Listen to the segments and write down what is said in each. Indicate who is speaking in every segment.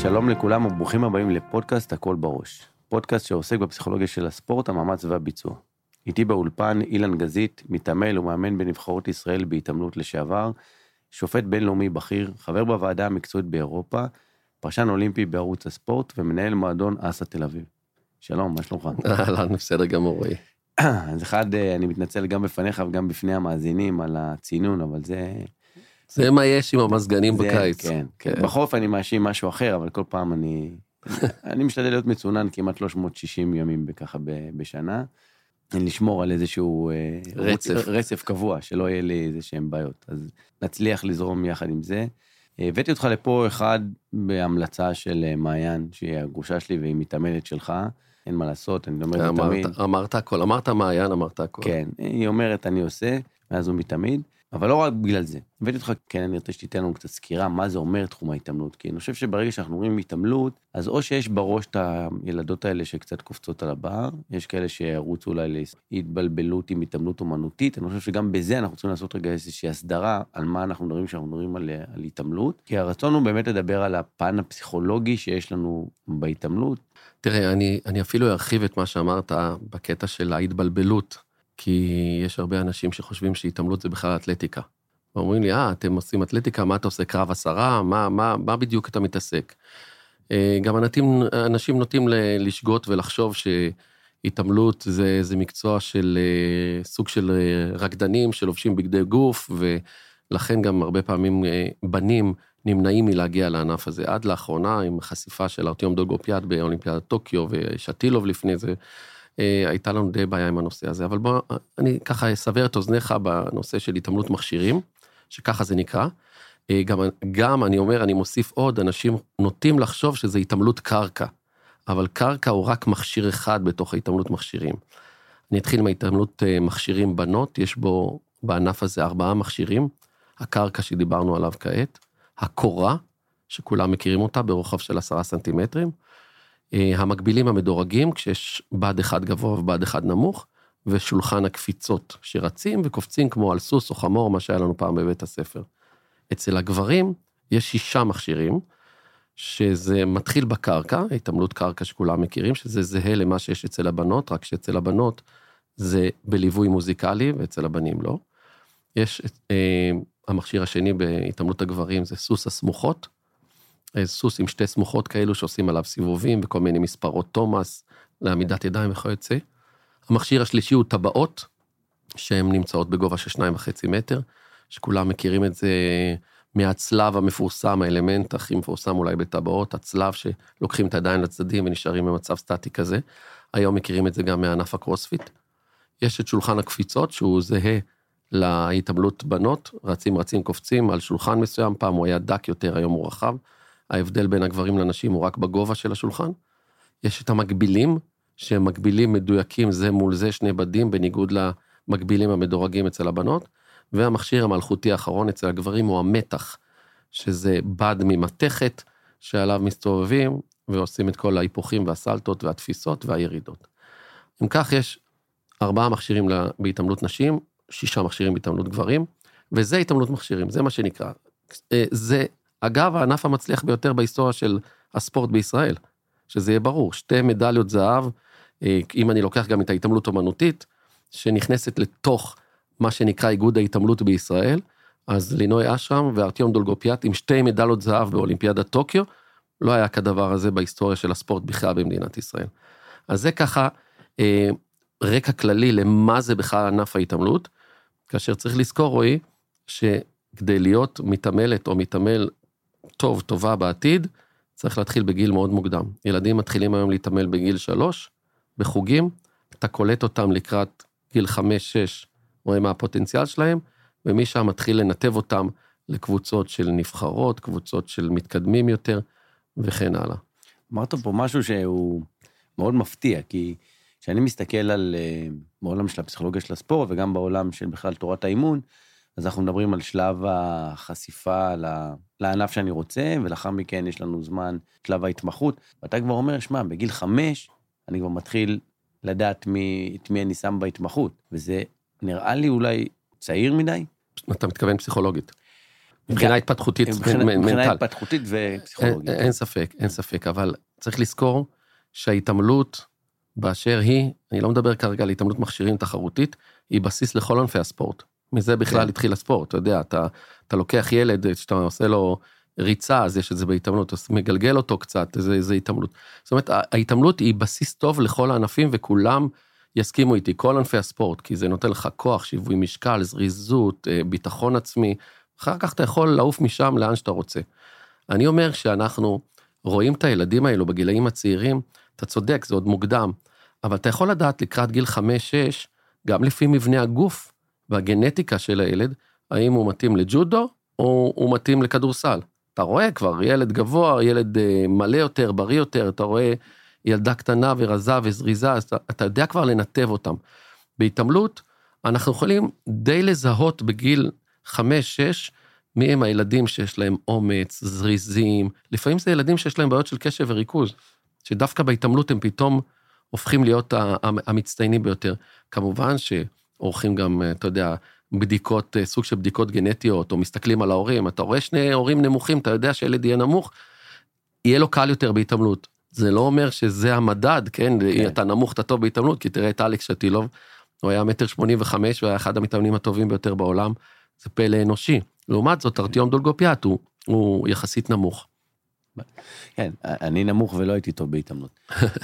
Speaker 1: שלום לכולם וברוכים הבאים לפודקאסט הכל בראש. פודקאסט שעוסק בפסיכולוגיה של הספורט, המאמץ והביצוע. איתי באולפן אילן גזית, מתעמל ומאמן בנבחרות ישראל בהתעמלות לשעבר, שופט בינלאומי בכיר, חבר בוועדה המקצועית באירופה, פרשן אולימפי בערוץ הספורט ומנהל מועדון אסה תל אביב. שלום, מה שלומך?
Speaker 2: אהלן, בסדר גמור, רועי.
Speaker 1: אז אחד, אני מתנצל גם בפניך וגם בפני המאזינים על הצינון, אבל
Speaker 2: זה מה יש עם המזגנים בקיץ.
Speaker 1: כן. בחוף אני מאשים משהו אחר, אבל כל פעם אני משתדל להיות מצונן כמעט 360 ימים ככה בשנה, לשמור על איזשהו רצף קבוע, שלא יהיה לי איזה שהם בעיות. אז נצליח לזרום יחד עם זה. הבאתי אותך לפה אחד בהמלצה של מעיין, שהיא הגרושה שלי והיא מתעמלת שלך, אין מה לעשות, אני אומר את תמיד.
Speaker 2: אמרת הכל, אמרת מעיין, אמרת הכל.
Speaker 1: כן, היא אומרת אני עושה, ואז הוא מתמיד. אבל לא רק בגלל זה. הבאתי אותך, כן, אני רוצה שתיתן לנו קצת סקירה, מה זה אומר תחום ההתעמלות, כי אני חושב שברגע שאנחנו אומרים התעמלות, אז או שיש בראש את הילדות האלה שקצת קופצות על הבר, יש כאלה שירוצו אולי להתבלבלות עם התעמלות אומנותית, אני חושב שגם בזה אנחנו צריכים לעשות רגע איזושהי הסדרה, על מה אנחנו מדברים כשאנחנו מדברים על התעמלות, כי הרצון הוא באמת לדבר על הפן הפסיכולוגי שיש לנו בהתעמלות.
Speaker 2: תראה, אני אפילו ארחיב את מה שאמרת בקטע של ההתבלבלות, כי יש הרבה אנשים שחושבים שהתעמלות זה בכלל אתלטיקה. ואומרים לי, אתם עושים אתלטיקה, מה אתה עושה, קרב 10? מה בדיוק אתה מתעסק? גם אנשים נוטים לשגות ולחשוב שהתעמלות זה מקצוע של סוג של רקדנים שלובשים בגדי גוף, ולכן גם הרבה פעמים בנים נמנעים מלהגיע לענף הזה. עד לאחרונה, עם חשיפה של ארטיום דולגופיאט באולימפיאדת טוקיו, ושטילוב לפני זה, הייתה לנו די בעיה עם הנושא הזה, אבל בוא, אני ככה אסבר את אוזניך בנושא של התעמלות מכשירים, שככה זה נקרא. גם אני אומר, אני מוסיף עוד, אנשים נוטים לחשוב שזה התעמלות קרקע, אבל קרקע הוא רק מכשיר אחד בתוך ההתעמלות מכשירים. אני אתחיל מהתעמלות מכשירים בנות, יש בו בענף הזה 4 מכשירים, הקרקע שדיברנו עליו כעת, הקורה, שכולם מכירים אותה ברוחב של 10 סנטימטרים, המקבילים המדורגים, כשיש בד אחד גבוה ובד אחד נמוך, ושולחן הקפיצות שרצים וקופצים כמו על סוס או חמור, מה שהיה לנו פעם בבית הספר. אצל הגברים יש 6 מכשירים, שזה מתחיל בקרקע, התעמלות קרקע שכולם מכירים, שזה זהה למה שיש אצל הבנות, רק שאצל הבנות זה בליווי מוזיקלי, ואצל הבנים לא. יש המכשיר השני בהתעמלות הגברים, זה סוס הסמוכות, סוס עם 2 סמוכות כאלו שעושים עליו סיבובים, וכל מיני מספרות תומאס, לעמידת ידיים וכיוצא. המכשיר השלישי הוא טבעות, שהן נמצאות בגובה של 2.5 מטר, שכולם מכירים את זה מהצלב המפורסם, האלמנט הכי מפורסם אולי בטבעות, הצלב שלוקחים את הידיים לצדדים ונשארים במצב סטטי כזה. היום מכירים את זה גם מענף הקרוספיט. יש את שולחן הקפיצות, שהוא זהה להתעמלות בנות, רצים קופצים על שולחן מסוים, פעם הוא היה דק יותר, היום הוא רחב. ההבדל בין הגברים לנשים הוא רק בגובה של השולחן. יש את המקבילים, שהם מקבילים מדויקים זה מול זה, 2 בדים, בניגוד למקבילים המדורגים אצל הבנות, והמכשיר המלכותי האחרון אצל הגברים הוא המתח, שזה בד ממתכת, שעליו מסתובבים, ועושים את כל ההיפוכים והסלטות והתפיסות והירידות. אם כך, יש 4 מכשירים בהתעמלות נשים, 6 מכשירים בהתעמלות גברים, וזה התעמלות מכשירים, זה מה שנקרא. זה אגב, הענף המצליח ביותר בהיסטוריה של הספורט בישראל, שזה יהיה ברור, 2 מדליות זהב, אם אני לוקח גם את ההתעמלות אומנותית, שנכנסת לתוך מה שנקרא איגוד ההתעמלות בישראל, אז לינוי אשרם וארטיום דולגופיאט עם 2 מדליות זהב באולימפיאדת טוקיו, לא היה כדבר הזה בהיסטוריה של הספורט בכלל במדינת ישראל. אז זה ככה רקע כללי למה זה בכלל ענף ההתעמלות, כאשר צריך לזכור, רועי, שכדי להיות מתעמלת או מתעמל טובה בעתיד, צריך להתחיל בגיל מאוד מוקדם. ילדים מתחילים היום להתעמל בגיל 3, בחוגים, אתה קולט אותם לקראת גיל 5-6, רואה מה הפוטנציאל שלהם, ומשם מתחיל לנתב אותם לקבוצות של נבחרות, קבוצות של מתקדמים יותר, וכן הלאה.
Speaker 1: אמרת פה משהו שהוא מאוד מפתיע, כי כשאני מסתכל על בעולם של הפסיכולוגיה של הספורט, וגם בעולם של בכלל תורת האימון, אז אנחנו מדברים על שלב החשיפה לענף שאני רוצה, ולאחר מכן יש לנו זמן, שלב ההתמחות, ואתה כבר אומר, שמע, בגיל 5, אני כבר מתחיל לדעת את מי אני שם בהתמחות, וזה נראה לי אולי צעיר מדי.
Speaker 2: אתה מתכוון פסיכולוגית. מבחינה התפתחותית,
Speaker 1: מבחינה התפתחותית ופסיכולוגית.
Speaker 2: אין ספק, אבל צריך לזכור שההתעמלות באשר היא, אני לא מדבר כרגע על התעמלות מכשירים תחרותית, היא בסיס לכל ענפי הספורט. מזה בכלל התחיל הספורט, אתה יודע, אתה לוקח ילד, שאתה עושה לו ריצה, אז יש את זה בהתעמלות, אתה מגלגל אותו קצת, זה התעמלות. זאת אומרת, ההתעמלות היא בסיס טוב לכל הענפים, וכולם יסכימו איתי, כל ענפי הספורט, כי זה נותן לך כוח, שיווי משקל, זריזות, ביטחון עצמי, אחר כך אתה יכול לעוף משם לאן שאתה רוצה. אני אומר שאנחנו רואים את הילדים האלו בגילאים הצעירים, אתה צודק, זה עוד מוקדם, אבל אתה יכול לדעת לקראת גיל 5-6, גם לפי מבנה הגוף והגנטיקה של הילד, האם הוא מתאים לג'ודו, או הוא מתאים לכדורסל. אתה רואה כבר ילד גבוה, ילד מלא יותר, בריא יותר, אתה רואה ילדה קטנה ורזה וזריזה, אז אתה יודע כבר לנתב אותם. בהתעמלות, אנחנו יכולים די לזהות בגיל 5-6, מי הם הילדים שיש להם אומץ, זריזים, לפעמים זה ילדים שיש להם בעיות של קשב וריכוז, שדווקא בהתעמלות הם פתאום הופכים להיות המצטיינים ביותר. כמובן שעורכים גם, אתה יודע, בדיקות, סוג של בדיקות גנטיות, או מסתכלים על ההורים, אתה רואה שני הורים נמוכים, אתה יודע שילד יהיה נמוך, יהיה לו קל יותר בהתעמלות. זה לא אומר שזה המדד, כן? אתה נמוך, אתה טוב בהתעמלות, כי תראה את אלכס שטילוב, הוא היה 1.85 והיה אחד המתאמנים הטובים ביותר בעולם, זה פלא אנושי. לעומת זאת, ארטיום דולגופיאט הוא יחסית נמוך.
Speaker 1: כן, אני נמוך ולא הייתי טוב בהתעמלות.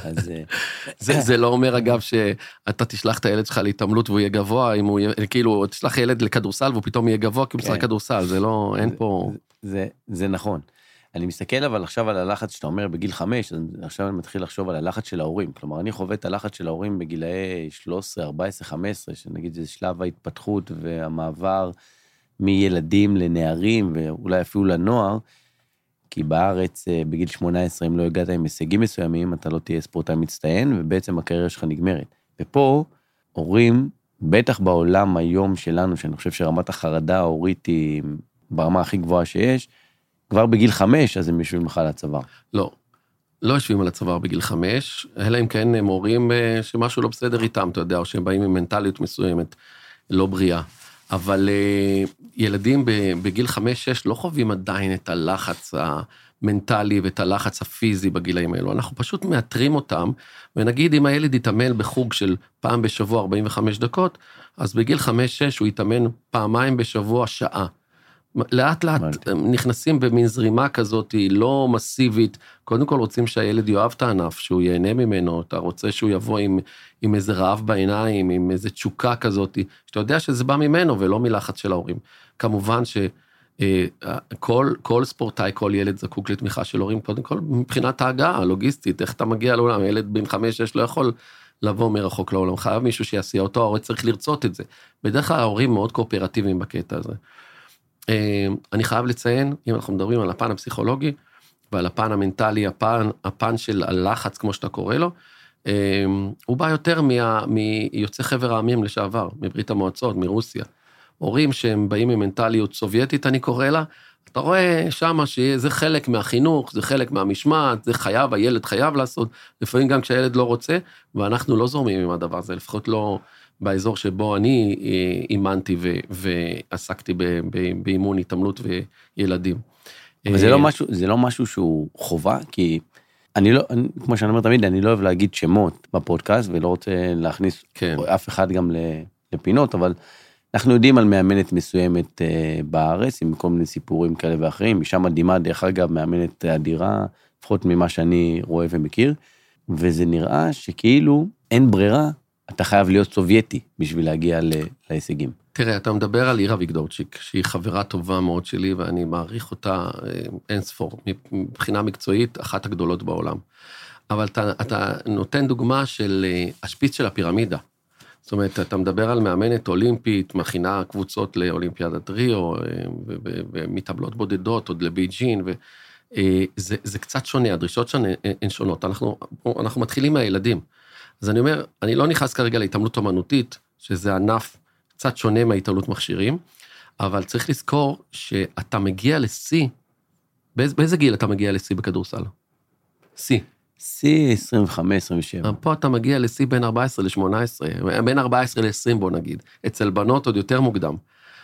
Speaker 2: זה לא אומר אגב שאתה תשלח את הילד שלך להתעמלות והוא יהיה גבוה, כאילו תשלח ילד לכדורסל והוא פתאום יהיה גבוה כי הוא משחק כדורסל, זה לא, אין פה...
Speaker 1: זה נכון. אני מסתכל אבל עכשיו על הלחץ שאתה אומר בגיל 5, עכשיו אני מתחיל לחשוב על הלחץ של ההורים, כלומר אני חווה את הלחץ של ההורים בגילאי 13, 14, 15, שנגיד זה שלב ההתפתחות והמעבר מילדים לנערים ואולי אפילו לנוער, כי בארץ בגיל 18 אם לא הגעת עם הישגים מסוימים, אתה לא תהיה ספורטאי מצטיין ובעצם הקריירה שלך נגמרת. ופה הורים, בטח בעולם היום שלנו, שאני חושב שרמת החרדה ההורית היא ברמה הכי גבוהה שיש, כבר בגיל 5, אז הם יושבים לך על הצוואר.
Speaker 2: לא יושבים על הצוואר בגיל 5, אלא אם כן הם הורים שמשהו לא בסדר איתם, אתה יודע, או שהם באים עם מנטליות מסוימת, לא בריאה. אבל ילדים בגיל 5-6 לא חווים עדיין את הלחץ המנטלי ואת הלחץ הפיזי בגילאים האלו. אנחנו פשוט מאתרים אותם, ונגיד אם הילד יתאמן בחוג של פעם בשבוע 45 דקות, אז בגיל 5-6 הוא יתאמן פעמיים בשבוע שעה. לאט לאט נכנסים במין זרימה כזאת, היא לא מסיבית, קודם כל רוצים שהילד יאהב את הענף, שהוא ייהנה ממנו, אתה רוצה שהוא יבוא עם איזה רעב בעיניים, עם איזה תשוקה כזאת, שאתה יודע שזה בא ממנו ולא מלחץ של ההורים. כמובן שכל ספורטאי, כל ילד זקוק לתמיכה של הורים, קודם כל מבחינת ההגעה הלוגיסטית, איך אתה מגיע לעולם, ילד בן 5-6 לא יכול לבוא מרחוק לעולם, חייב מישהו שיעשיע אותו, ההורי צריך לרצות את זה. בדרך כלל ההורים מאוד קואופרטיביים בקטע הזה. אני חייב לציין, אם אנחנו מדברים על הפן הפסיכולוגי, ועל הפן המנטלי, הפן של הלחץ, כמו שאתה קורא לו, הוא בא יותר מיוצא חבר העמים לשעבר, מברית המועצות, מרוסיה. הורים שהם באים ממנטליות סובייטית, אני קורא לה, אתה רואה שמה שזה חלק מהחינוך, זה חלק מהמשמעת, זה חייב, הילד חייב לעשות, לפעמים גם כשהילד לא רוצה, ואנחנו לא זורמים עם הדבר הזה, לפחות לא באזור שבו אני אימנתי ועסקתי באימון, התעמלות וילדים.
Speaker 1: אבל זה לא משהו שהוא חובה, כי כמו שאני אומר תמיד, אני לא אוהב להגיד שמות בפודקאסט, ולא רוצה להכניס אף אחד גם לפינות, אבל אנחנו יודעים על מאמנת מסוימת בארץ, עם כל מיני סיפורים כאלה ואחרים, משם מדהימה, דרך אגב, מאמנת אדירה, לפחות ממה שאני רואה ומכיר, וזה נראה שכאילו אין ברירה, אתה חייב להיות סובייטי בשביל להגיע להישגים.
Speaker 2: תראה, אתה מדבר על אירה ויגדורצ'יק, שהיא חברה טובה מאוד שלי, ואני מעריך אותה אין ספור, מבחינה מקצועית, אחת הגדולות בעולם. אבל אתה נותן דוגמה של השפיץ של הפירמידה. זאת אומרת, אתה מדבר על מאמנת אולימפית, מכינה קבוצות לאולימפיאדת ריו, ומתאבלות בודדות, עוד לבייג'ין, וזה קצת שונה, הדרישות הן שונות. אנחנו מתחילים מהילדים. אז אני אומר, אני לא נכנס כרגע להתעמלות אומנותית, שזה ענף קצת שונה מהתעמלות מכשירים, אבל צריך לזכור שאתה מגיע לשיא, באיזה גיל אתה מגיע לשיא בכדורסל? שיא.
Speaker 1: שיא 25, 27.
Speaker 2: פה אתה מגיע לשיא בין 14 ל-18, בין 14 ל-20 בוא נגיד, אצל בנות עוד יותר מוקדם.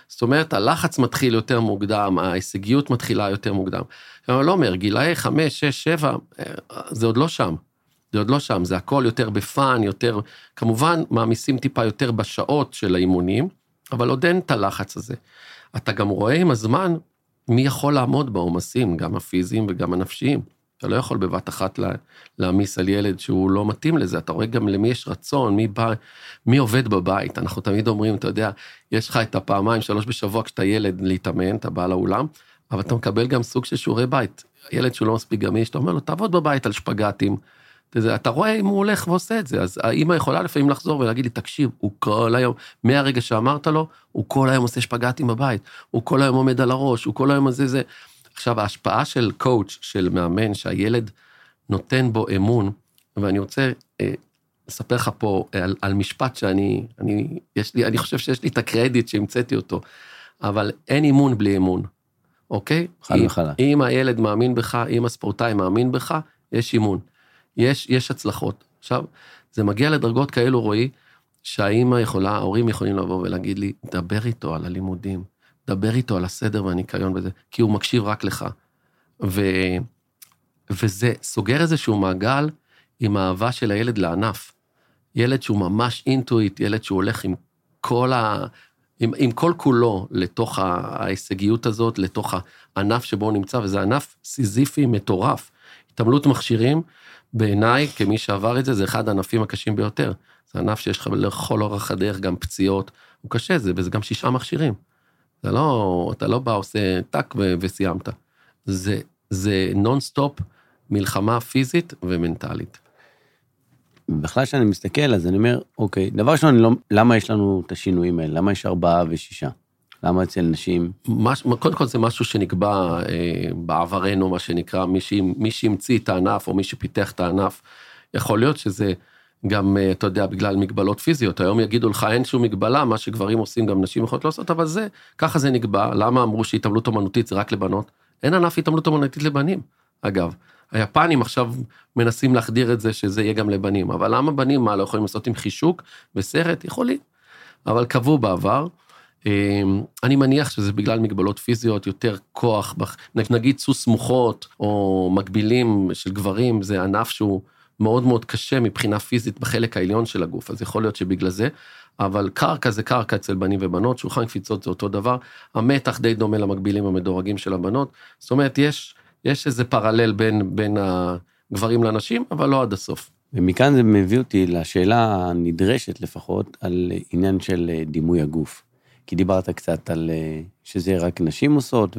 Speaker 2: זאת אומרת, הלחץ מתחיל יותר מוקדם, ההישגיות מתחילה יותר מוקדם. אני לא אומר, גילאי 5, 6, 7, זה עוד לא שם. זה עוד לא שם, זה הכל יותר בפן, יותר, כמובן, מעמיסים טיפה יותר בשעות של האימונים, אבל עוד אין את הלחץ הזה. אתה גם רואה עם הזמן, מי יכול לעמוד בעומסים, גם הפיזיים וגם הנפשיים. אתה לא יכול בבת אחת להעמיס על ילד שהוא לא מתאים לזה, אתה רואה גם למי יש רצון, מי עובד בבית, אנחנו תמיד אומרים, אתה יודע, יש לך את הפעמיים, 3 בשבוע, כשאתה ילד להתאמן, אתה בא לאולם, אבל אתה מקבל גם סוג של שיעורי בית, ילד שהוא לא מספיק גמיש, אתה אומר לו, תעבוד בבית על שפגטים, אתה רואה אם הוא הולך ועושה את זה, אז האמא יכולה לפעמים לחזור ולהגיד לי, תקשיב, הוא כל היום, מהרגע שאמרת לו, הוא כל היום עושה שפגטים בבית, הוא כל היום עומד על הראש, הוא כל היום עושה זה. עכשיו, ההשפעה של קואוץ', של מאמן, שהילד נותן בו אמון, ואני רוצה לספר לך פה על משפט שאני חושב שיש לי את הקרדיט שהמצאתי אותו, אבל אין אימון בלי אמון, אוקיי?
Speaker 1: חד וחלק.
Speaker 2: אם הילד מאמין בך, אם הספורטאי מאמין בך, יש אימון. יש הצלחות. עכשיו, זה מגיע לדרגות כאלו, רואי, שהאמא יכולה, ההורים יכולים לבוא ולהגיד לי, דבר איתו על הלימודים, דבר איתו על הסדר והניקיון בזה, כי הוא מקשיב רק לך. וזה סוגר איזשהו מעגל עם האהבה של הילד לענף. ילד שהוא ממש אינטואיט, ילד שהוא הולך עם כל כולו לתוך ההישגיות הזאת, לתוך הענף שבו הוא נמצא, וזה ענף סיזיפי מטורף. התעמלות מכשירים, בעיניי, כמי שעבר את זה, זה אחד הענפים הקשים ביותר. זה ענף שיש לך לכל אורך הדרך גם פציעות, הוא קשה, וזה גם 6 מכשירים. אתה לא בא, עושה טק וסיימת. זה נון-סטופ מלחמה פיזית ומנטלית.
Speaker 1: בכלל שאני מסתכל, אז אני אומר, אוקיי, דבר ראשון, למה יש לנו את השינויים האלה? למה יש 4 ו6? למה אצל נשים?
Speaker 2: קודם כל זה משהו שנקבע בעברנו, מה שנקרא, מי שהמציא את הענף, או מי שפיתח את הענף, יכול להיות שזה גם, אתה יודע, בגלל מגבלות פיזיות, היום יגידו לך, אין שום מגבלה, מה שגברים עושים, גם נשים יכולות לעשות, אבל ככה זה נקבע, למה אמרו שהתעמלות אומנותית זה רק לבנות? אין ענף התעמלות אומנותית לבנים, אגב. היפנים עכשיו מנסים להחדיר את זה, שזה יהיה גם לבנים, אבל למה בנים, מה, לא יכולים לעשות עם חישוק וסרט? יכולים, אבל קבעו בעבר, אני מניח שזה בגלל מגבלות פיזיות, יותר כוח, נגיד סוס מוחות, או מקבילים של גברים, זה ענף שהוא מאוד מאוד קשה מבחינה פיזית בחלק העליון של הגוף, אז יכול להיות שבגלל זה, אבל קרקע זה קרקע אצל בנים ובנות, שולחן קפיצות זה אותו דבר, המתח די דומה למקבילים המדורגים של הבנות, זאת אומרת, יש איזה פרלל בין הגברים לנשים, אבל לא עד הסוף.
Speaker 1: ומכאן זה מביא אותי לשאלה הנדרשת לפחות, על עניין של דימוי הגוף. כי דיברת קצת על שזה רק נשים עושות,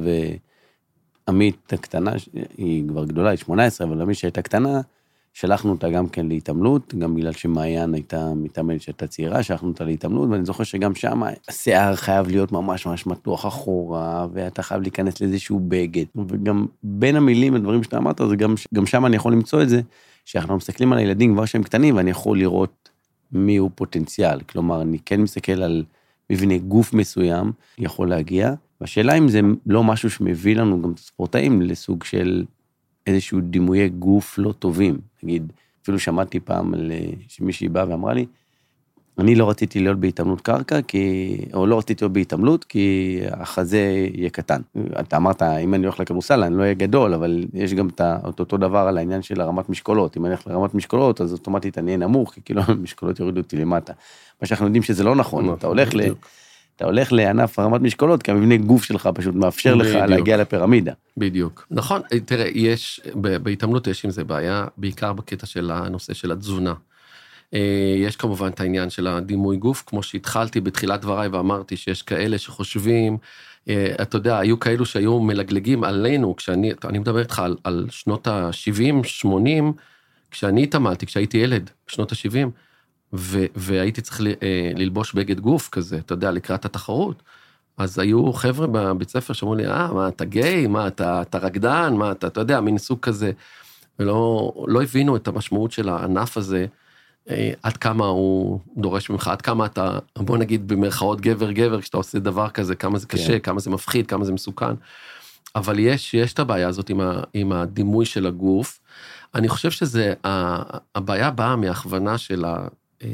Speaker 1: ועמית הקטנה, היא כבר גדולה, היא 18, אבל עמית שהייתה קטנה, שלחנו אותה גם כן להתעמלות, גם בגלל שמעיין הייתה מתאמנת שהייתה צעירה, שלחנו אותה להתעמלות, ואני זוכר שגם שם השיער חייב להיות ממש ממש מתוח אחורה, ואתה חייב להיכנס לאיזשהו בגד, וגם בין המילים, הדברים שאתה אמרת, זה גם שם אני יכול למצוא את זה, שאנחנו מסתכלים על הילדים כבר שהם קטנים, ואני יכול לראות מי הוא פוטנציאל, כלומר, אני כן מסתכל על מבנה גוף מסוים, יכול להגיע, והשאלה אם זה לא משהו שמביא לנו גם ספורטאים לסוג של איזשהו דימויי גוף לא טובים. נגיד, אפילו שמעתי פעם שמישהי באה ואמרה לי, אני לא רציתי להיות בהתעמלות קרקע, או לא רציתי להיות בהתעמלות, כי החזה יהיה קטן. אתה אמרת, אם אני הולך לכדורסל, אני לא אהיה גדול, אבל יש גם את אותו דבר על העניין של הרמת משקולות. אם אני הולך לרמת משקולות, אז אוטומטית אני אהיה נמוך, כי כאילו המשקולות יורידו אותי למטה. מה שאנחנו יודעים שזה לא נכון, אתה הולך לענף הרמת משקולות, כי המבנה גוף שלך פשוט מאפשר לך להגיע לפירמידה.
Speaker 2: בדיוק. נכון, תראה, בהתעמלות יש עם זה בעיה, בעיקר בקטע של הנושא של התזונה. יש כמובן את העניין של הדימוי גוף, כמו שהתחלתי בתחילת דבריי ואמרתי שיש כאלה שחושבים, אתה יודע, היו כאלו שהיו מלגלגים עלינו, אני מדבר איתך על שנות ה-70, 80, כשאני התעמלתי, כשהייתי ילד, בשנות ה-70, והייתי צריך ללבוש בגד גוף כזה, אתה יודע, לקראת התחרות, אז היו חבר'ה בבית ספר שאמרו לי, מה, אתה גיי, מה, אתה רקדן, מה, אתה יודע, מין סוג כזה, ולא הבינו את המשמעות של הענף הזה, עד כמה הוא דורש ממך, עד כמה אתה, בוא נגיד במרכאות גבר, כשאתה עושה דבר כזה, כמה זה קשה, כמה זה מפחיד, כמה זה מסוכן, אבל יש את הבעיה הזאת עם הדימוי של הגוף, אני חושב שזה, הבעיה באה מהכוונה של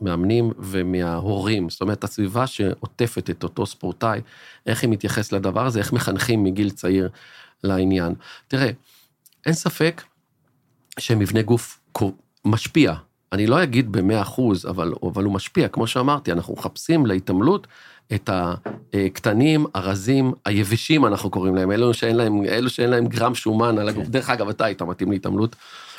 Speaker 2: מהמאמנים ומההורים, זאת אומרת, הסביבה שעוטפת את אותו ספורטאי, איך היא מתייחס לדבר הזה, איך מחנכים מגיל צעיר לעניין. תראה, אין ספק שמבנה גוף משפיע, אני לא אגיד ב100%, אבל הוא משפיע, כמו שאמרתי, אנחנו מחפשים להתעמלות את הקטנים, הרזים, היבשים אנחנו קוראים להם, אלו שאין להם גרם שומן על הגוף, דרך אגב, אתה היית מתאים להתעמלות,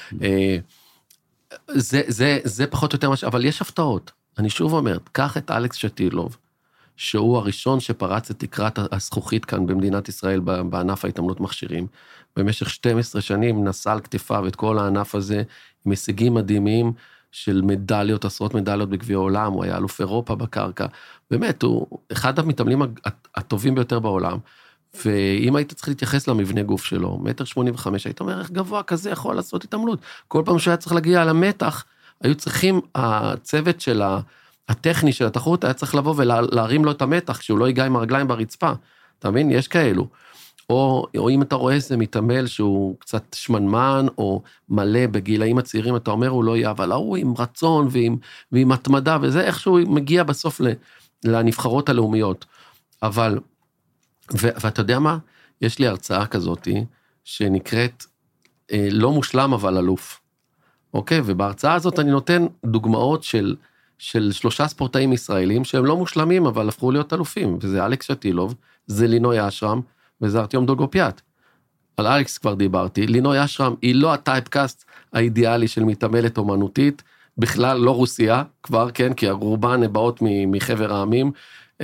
Speaker 2: זה פחות או יותר משהו, אבל יש הפתעות, אני שוב אומר, קח את אלכס שטילוב, שהוא הראשון שפרץ את תקרת הזכוכית כאן במדינת ישראל, בענף ההתעמלות מכשירים, במשך 12 שנים נשא על כתפיו את כל הענף הזה, עם הישגים מדהימים של מדליות, עשרות מדליות בגביע העולם, הוא היה אלוף אירופה בקרקע, באמת, הוא אחד המתאמנים הטובים ביותר בעולם, ואם היית צריך להתייחס למבנה גוף שלו, 1.85 מטר, היית אומר, איך גבוה כזה יכול לעשות התעמלות? כל פעם שהיה צריך להגיע למתח, היו צריכים, הצוות של הטכני של התחרות, היה צריך לבוא ולהרים לו את המתח, כשהוא לא ייגע עם הרגליים ברצפה, אתה מבין? יש כאלו. או אם אתה רואה איזה מתעמל שהוא קצת שמנמן, או מלא בגילאים הצעירים, אתה אומר, הוא לא יהיה, אבל הוא עם רצון ועם התמדה, וזה איכשהו מגיע בסוף לנבחרות הלאומיות. אבל, ואתה יודע מה? יש לי הרצאה כזאת, שנקראת לא מושלם, אבל אלוף. אוקיי? ובהרצאה הזאת אני נותן דוגמאות של 3 ספורטאים ישראלים, שהם לא מושלמים, אבל הפכו להיות אלופים, וזה אלכס שטילוב, זה לינוי אשרם, וזה ארטיום דולגופיאט. על אלכס כבר דיברתי, לינוי אשרם היא לא הטייפקאסט האידיאלי של מתעמלת אומנותית, בכלל לא רוסיה, כבר כן, כי הרובן באות מחבר העמים,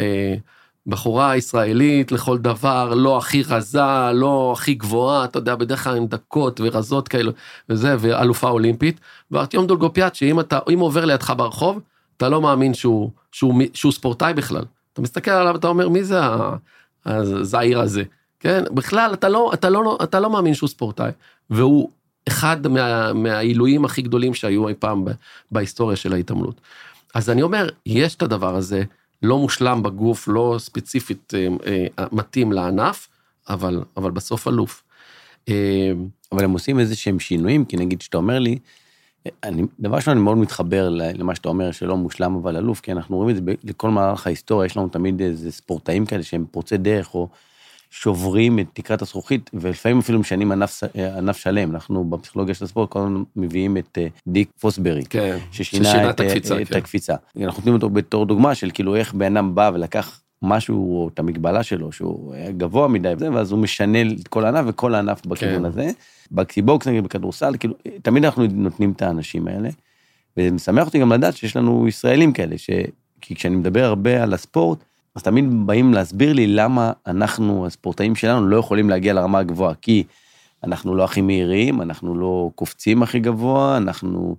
Speaker 2: בחורה ישראלית לכל דבר, לא הכי רזה, לא הכי גבוהה, אתה יודע, בדרך כלל עם דקות ורזות כאלו, וזה, ואלופה אולימפית, וארטיום דולגופיאט, שאם הוא עובר לידך ברחוב, אתה לא מאמין שהוא ספורטאי בכלל. אתה מסתכל עליו, אתה אומר, מי זה הזעיר הזה? כן? בכלל, אתה לא מאמין שהוא ספורטאי, והוא אחד מהעילויים הכי גדולים שהיו אי פעם בהיסטוריה של ההתעמלות. אז אני אומר, יש את הדבר הזה, לא מושלם בגוף, לא ספציפית מתאים לענף, אבל בסוף אלוף.
Speaker 1: אבל הם עושים איזה שהם שינויים, כי נגיד שאתה אומר לי, דבר שלנו אני מאוד מתחבר למה שאתה אומר, שלא מושלם אבל אלוף, כי אנחנו רואים את זה לכל מערך ההיסטוריה, יש לנו תמיד איזה ספורטאים כאלה שהם פורצי דרך, או שוברים את תקרת הזכוכית, ולפעמים אפילו משנים ענף שלם. אנחנו בפסיכולוגיה של הספורט, כל הזמן מביאים את דיק פוסברי,
Speaker 2: כן,
Speaker 1: ששינה את הקפיצה. אנחנו נותנים אותו בתור דוגמה של כאילו איך בן בא ולקח משהו, או את המגבלה שלו, שהוא היה גבוה מדי, ואז הוא משנה את כל הענף, וכל הענף בכיוון הזה. בקסיבוקס, נגיד בכדורסל, כאילו, תמיד אנחנו נותנים את האנשים האלה, וזה משמח אותי גם לדעת שיש לנו ישראלים כאלה, כי כשאני מדבר הרבה על הספורט, אז תמיד באים להסביר לי למה אנחנו, הספורטאים שלנו, לא יכולים להגיע לרמה הגבוהה, כי אנחנו לא הכי מהירים, אנחנו לא קופצים הכי גבוה, אנחנו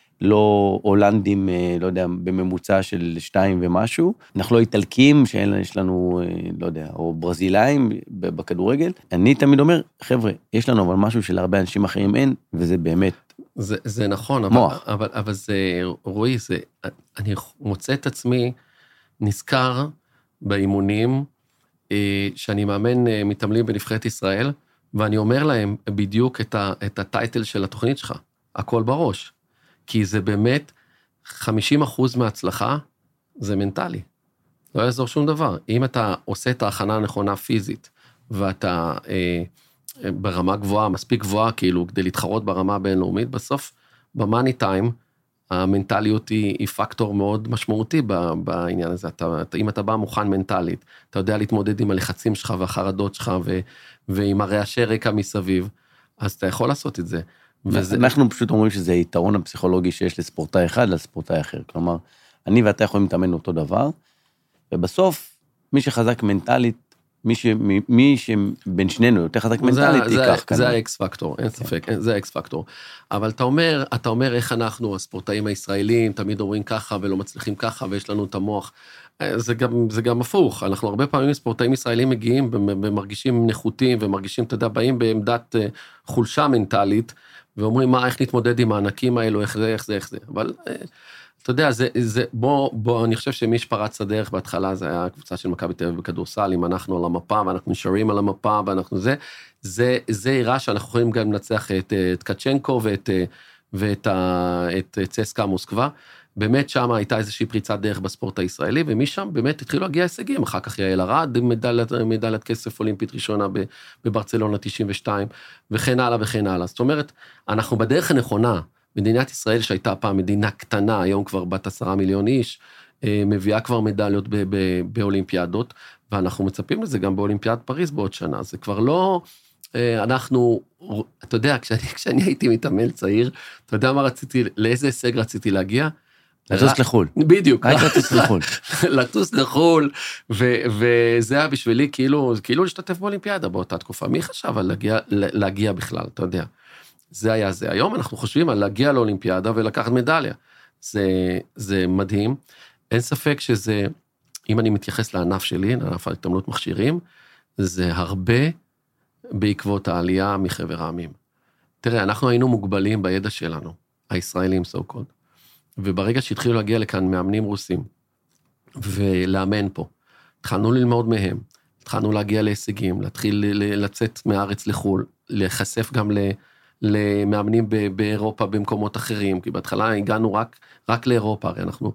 Speaker 1: לא הולנדים, לא יודע, בממוצע של 2 ומשהו, אנחנו לא איטלקים, שיש לנו, לא יודע, או ברזילאים בכדורגל. אני תמיד אומר, חבר'ה, יש לנו אבל משהו שלהרבה אנשים אחרים אין, וזה באמת
Speaker 2: זה נכון, אבל זה, רואי, אני מוצא את עצמי נזכר באימונים, שאני מאמן מתעמלים בנבחרת ישראל, ואני אומר להם בדיוק את הטייטל של התוכנית שלך, הכל בראש. כי זה באמת 50% מההצלחה, זה מנטלי. לא יעזור שום דבר. אם אתה עושה את ההכנה הנכונה פיזית, ואתה ברמה גבוהה, מספיק גבוהה, כאילו, כדי להתחרות ברמה הבינלאומית, בסוף, במאני טיים, המנטליות היא פקטור מאוד משמעותי בעניין הזה. אם אתה בא מוכן מנטלית, אתה יודע להתמודד עם הלחצים שלך והחרדות שלך, ועם הרעשי רקע מסביב, אז אתה יכול לעשות את זה.
Speaker 1: אנחנו פשוט אומרים שזה היתרון הפסיכולוגי שיש לספורטאי אחד לספורטאי אחר. כלומר, אני ואתה יכולים להתאמן אותו דבר, ובסוף, מי שחזק מנטלית, מי שבין שנינו יותר חזק מנטלית, ייקח כאן.
Speaker 2: זה האקס פקטור, אין ספק, זה האקס פקטור. אבל אתה אומר איך אנחנו, הספורטאים הישראלים, תמיד אומרים ככה ולא מצליחים ככה, ויש לנו את המוח. זה גם הפוך. אנחנו הרבה פעמים ספורטאים ישראלים מגיעים ומרגישים נחותים, ומרגישים, אתה יודע, באים בעמדת חולשה מנטלית, ואומרים, איך נתמודד עם הענקים האלו, איך זה. אבל, אתה יודע, בוא, אני חושב שמי שפרץ הדרך בהתחלה, זה היה הקבוצה של מכבי תל אביב בכדורסל, אם אנחנו על המפה, ואנחנו נשארים על המפה, ואנחנו זה יראה שאנחנו יכולים גם לנצח את קצ'נקו, ואת צסקה מוסקבה, באמת שם הייתה איזושהי פריצת דרך בספורט הישראלי, ומשם באמת התחילו להגיע הישגים, אחר כך יעל ארד, מדליית כסף אולימפית ראשונה בברצלונה 92, וכן הלאה וכן הלאה. זאת אומרת, אנחנו בדרך הנכונה, מדינת ישראל שהייתה פעם מדינה קטנה, היום כבר בת 10 מיליון איש, מביאה כבר מדליות באולימפיאדות, ואנחנו מצפים לזה גם באולימפיאד פריז בעוד שנה, זה כבר לא, אנחנו, אתה יודע, כשאני הייתי מתאמן צעיר, אתה יודע מה רציתי, לאיזה הישג רציתי להגיע?
Speaker 1: לטוס לחול.
Speaker 2: בדיוק.
Speaker 1: היית לטוס לחול.
Speaker 2: לטוס לחול, וזה היה בשבילי כאילו להשתתף באולימפיאדה באותה תקופה. מי חשב על להגיע בכלל, אתה יודע? זה היה זה. היום אנחנו חושבים על להגיע לאולימפיאדה ולקחת מדליה. זה מדהים. אין ספק שזה, אם אני מתייחס לענף שלי, לענף ההתעמלות מכשירים, זה הרבה בעקבות העלייה מחבר העמים. תראה, אנחנו היינו מוגבלים בידע שלנו, הישראלים so called. וברגע שהתחילו להגיע לכאן מאמנים רוסים, ולאמן פה, התחלנו ללמוד מהם, התחלנו להגיע להישגים, להתחיל לצאת מהארץ לחול, להיחשף גם למאמנים באירופה, במקומות אחרים, כי בהתחלה הגענו רק לאירופה, הרי אנחנו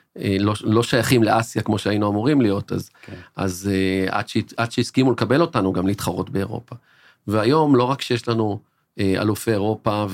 Speaker 2: לא שייכים לאסיה כמו שהיינו אמורים להיות, אז עד שהסכימו לקבל אותנו גם להתחרות באירופה. והיום לא רק שיש לנו אלופי אירופה,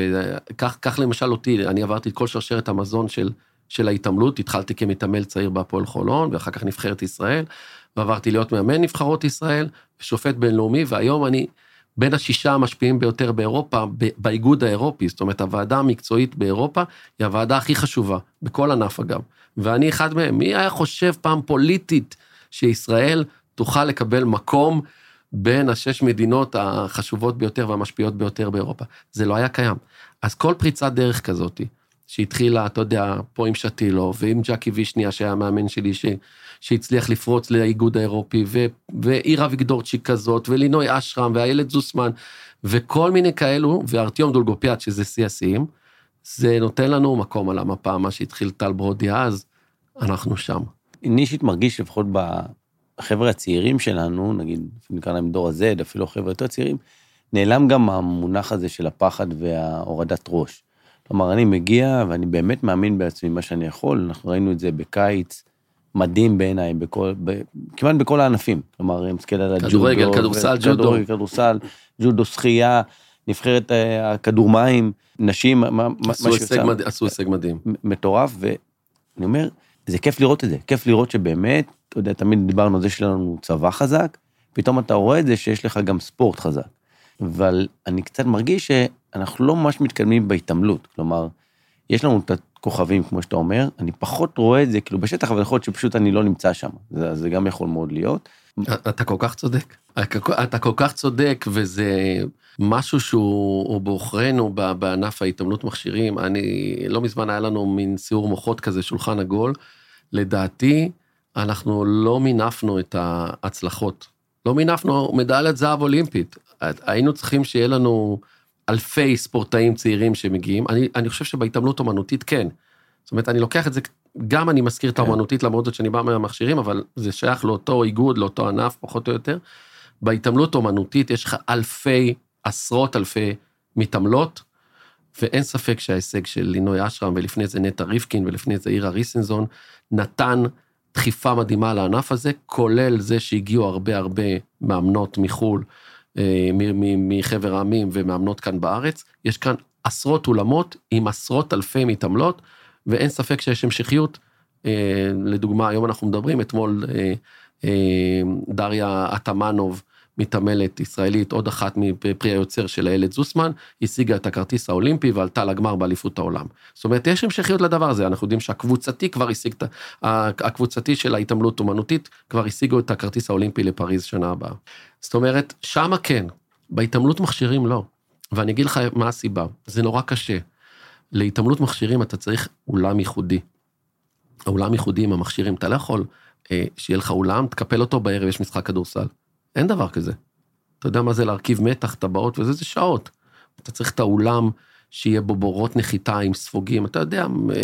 Speaker 2: וכך למשל אותי, אני עברתי את כל שרשרת המזון של ההתעמלות, התחלתי כמתעמל צעיר בהפועל חולון, ואחר כך נבחרת ישראל, ועברתי להיות מאמן נבחרות ישראל, ושופט בינלאומי, והיום אני בין 6 המשפיעים ביותר באירופה, באיגוד האירופי, זאת אומרת, הוועדה המקצועית באירופה, היא הוועדה הכי חשובה, בכל ענף אגב, ואני אחד מהם. מי היה חושב פעם פוליטית, שישראל תוכל לקבל מקום, בין 6 מדינות החשובות ביותר והמשפיעות ביותר באירופה. זה לא היה קיים. אז כל פריצת דרך כזאת, שהתחילה, אתה יודע, פה עם שטילו, ועם ג'קי וישניה, שהיה המאמן שלי, שהצליח לפרוץ לאיגוד האירופי, ואירה ויגדורצ'יק כזאת, ולינוי אשרם, והילד זוסמן, וכל מיני כאלו, וארטיום דולגופיאט, שזה CSים, זה נותן לנו מקום על המפה, מה שהתחיל טל ברודי אז, אנחנו שם.
Speaker 1: אני אישית מרגיש לפחות החבר'ה הצעירים שלנו, נגיד, נקרא להם דור הזד, אפילו חבר'ה יותר צעירים, נעלם גם המונח הזה של הפחד וההורדת ראש. כלומר, אני מגיע ואני באמת מאמין בעצמי מה שאני יכול, אנחנו ראינו את זה בקיץ, מדהים בעיניי, כמעט בכל הענפים. כלומר, אני מסתכל על הג'ודו,
Speaker 2: כדורגל, כדורסל, ג'ודו.
Speaker 1: כדורסל, ג'ודו, שחייה, נבחרת הכדור מים, נשים,
Speaker 2: עשו הישג מדהים.
Speaker 1: מטורף, ואני אומר, זה כיף לראות את זה, כיף לראות שבאמת, אתה יודע, תמיד דיברנו על זה שלנו צבא חזק, פתאום אתה רואה את זה שיש לך גם ספורט חזק. אבל אני קצת מרגיש שאנחנו לא ממש מתקדמים בהתעמלות, כלומר, יש לנו את הכוכבים, כמו שאתה אומר, אני פחות רואה את זה, כאילו בשטח, אבל יכול להיות שפשוט אני לא נמצא שם, זה גם יכול מאוד להיות.
Speaker 2: אתה כל כך צודק, אתה כל כך צודק, וזה משהו שהוא באוכרנו בענף ההתעמלות מכשירים, אני, לא מזמן היה לנו מין סיור מוחות כזה, שולחן עגול, לדעתי, אנחנו לא מינפנו את ההצלחות, לא מינפנו מדליית זהב אולימפית, היינו צריכים שיהיה לנו אלפי ספורטאים צעירים שמגיעים, אני חושב שבהתעמלות אומנותית כן, זאת אומרת, אני לוקח את זה, גם אני מזכיר את האומנותית, למרות זאת שאני בא מהמכשירים, אבל זה שייך לאותו איגוד, לאותו ענף, פחות או יותר, בהתעמלות אומנותית יש לך עשרות אלפי מתעמלות, ואין ספק שההישג של לינוי אשרם, ולפני זה נטע ריבקין, ולפני זה אירה ריסנזון, נתן דחיפה מדהימה לענף הזה, כולל זה שהגיעו הרבה מאמנות מחול, מחבר העמים ומאמנות כאן בארץ, יש כאן עשרות אולמות עם עשרות אלפי מתעמלות, ואין ספק שיש המשכיות, לדוגמה, היום אנחנו מדברים, אתמול דריה אטמנוב, מתעמלת ישראלית, עוד אחת מפרי היוצר של הילד זוסמן, השיגה את הכרטיס האולימפי ועלתה לגמר באליפות העולם. זאת אומרת, יש המשכיות לדבר הזה, אנחנו יודעים שהקבוצתי כבר השיג, הקבוצתי של ההתעמלות אומנותית, כבר השיגו את הכרטיס האולימפי לפריז שנה הבאה. זאת אומרת, שמה כן, בהתעמלות מכשירים לא. ואני אגיד לך מה הסיבה, זה נורא קשה. להתעמלות מכשירים אתה צריך אולם ייחודי. האולם ייחודי עם המכשירים, אתה לא יכול שיהיה לך אולם, תקפל אותו בערב, יש משחק כדורסל. אין דבר כזה. אתה יודע מה זה להרכיב מתח, טבעות, וזה זה שעות. אתה צריך את האולם שיהיה בו בורות נחיתה עם ספוגים, אתה יודע,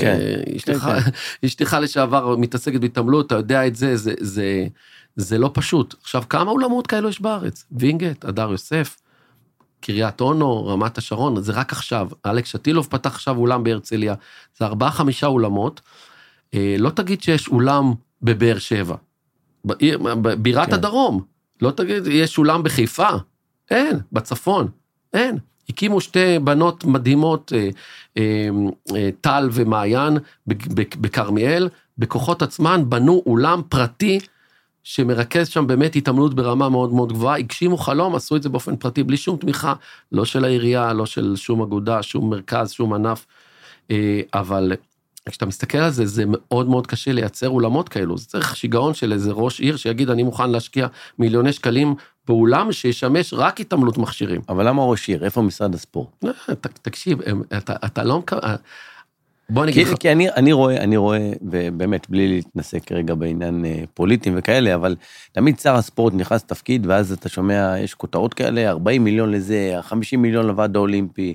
Speaker 2: אשתך לשעבר מתעסקת בהתעמלות, אתה יודע את זה, זה לא פשוט. עכשיו, כמה אולמות כאלו יש בארץ? וינגייט, הדר יוסף, קריית אונו, רמת השרון, זה רק עכשיו. אלכס שטילוב פתח עכשיו אולם בהרצליה, זה 4-5 אולמות, לא תגיד שיש אולם בבאר שבע, בירת הדרום, לא תגיד, יש אולם בחיפה, אין, בצפון, אין. הקימו שתי בנות מדהימות, טל ומעיין, בקרמיאל, בכוחות עצמן בנו אולם פרטי, שמרכז שם באמת התאמנות ברמה מאוד מאוד גבוהה, הגשימו חלום, עשו את זה באופן פרטי, בלי שום תמיכה, לא של העירייה, לא של שום אגודה, שום מרכז, שום ענף, אבל כשאתה מסתכל על זה, זה מאוד מאוד קשה לייצר אולמות כאלו, זה צריך שיגעון של איזה ראש עיר, שיגיד, אני מוכן להשקיע מיליוני שקלים, באולם שישמש רק התאמנות מכשירים.
Speaker 1: אבל למה ראש עיר? איפה משרד הספורט?
Speaker 2: תקשיב, אתה לא... בוא נגיד...
Speaker 1: כי אני רואה, ובאמת, בלי להתנסה כרגע בעניין פוליטיים וכאלה, אבל תמיד שר הספורט נכנס לתפקיד, ואז אתה שומע, יש כותרות כאלה, 40 מיליון לזה, 50 מיליון לוועד האולימפי.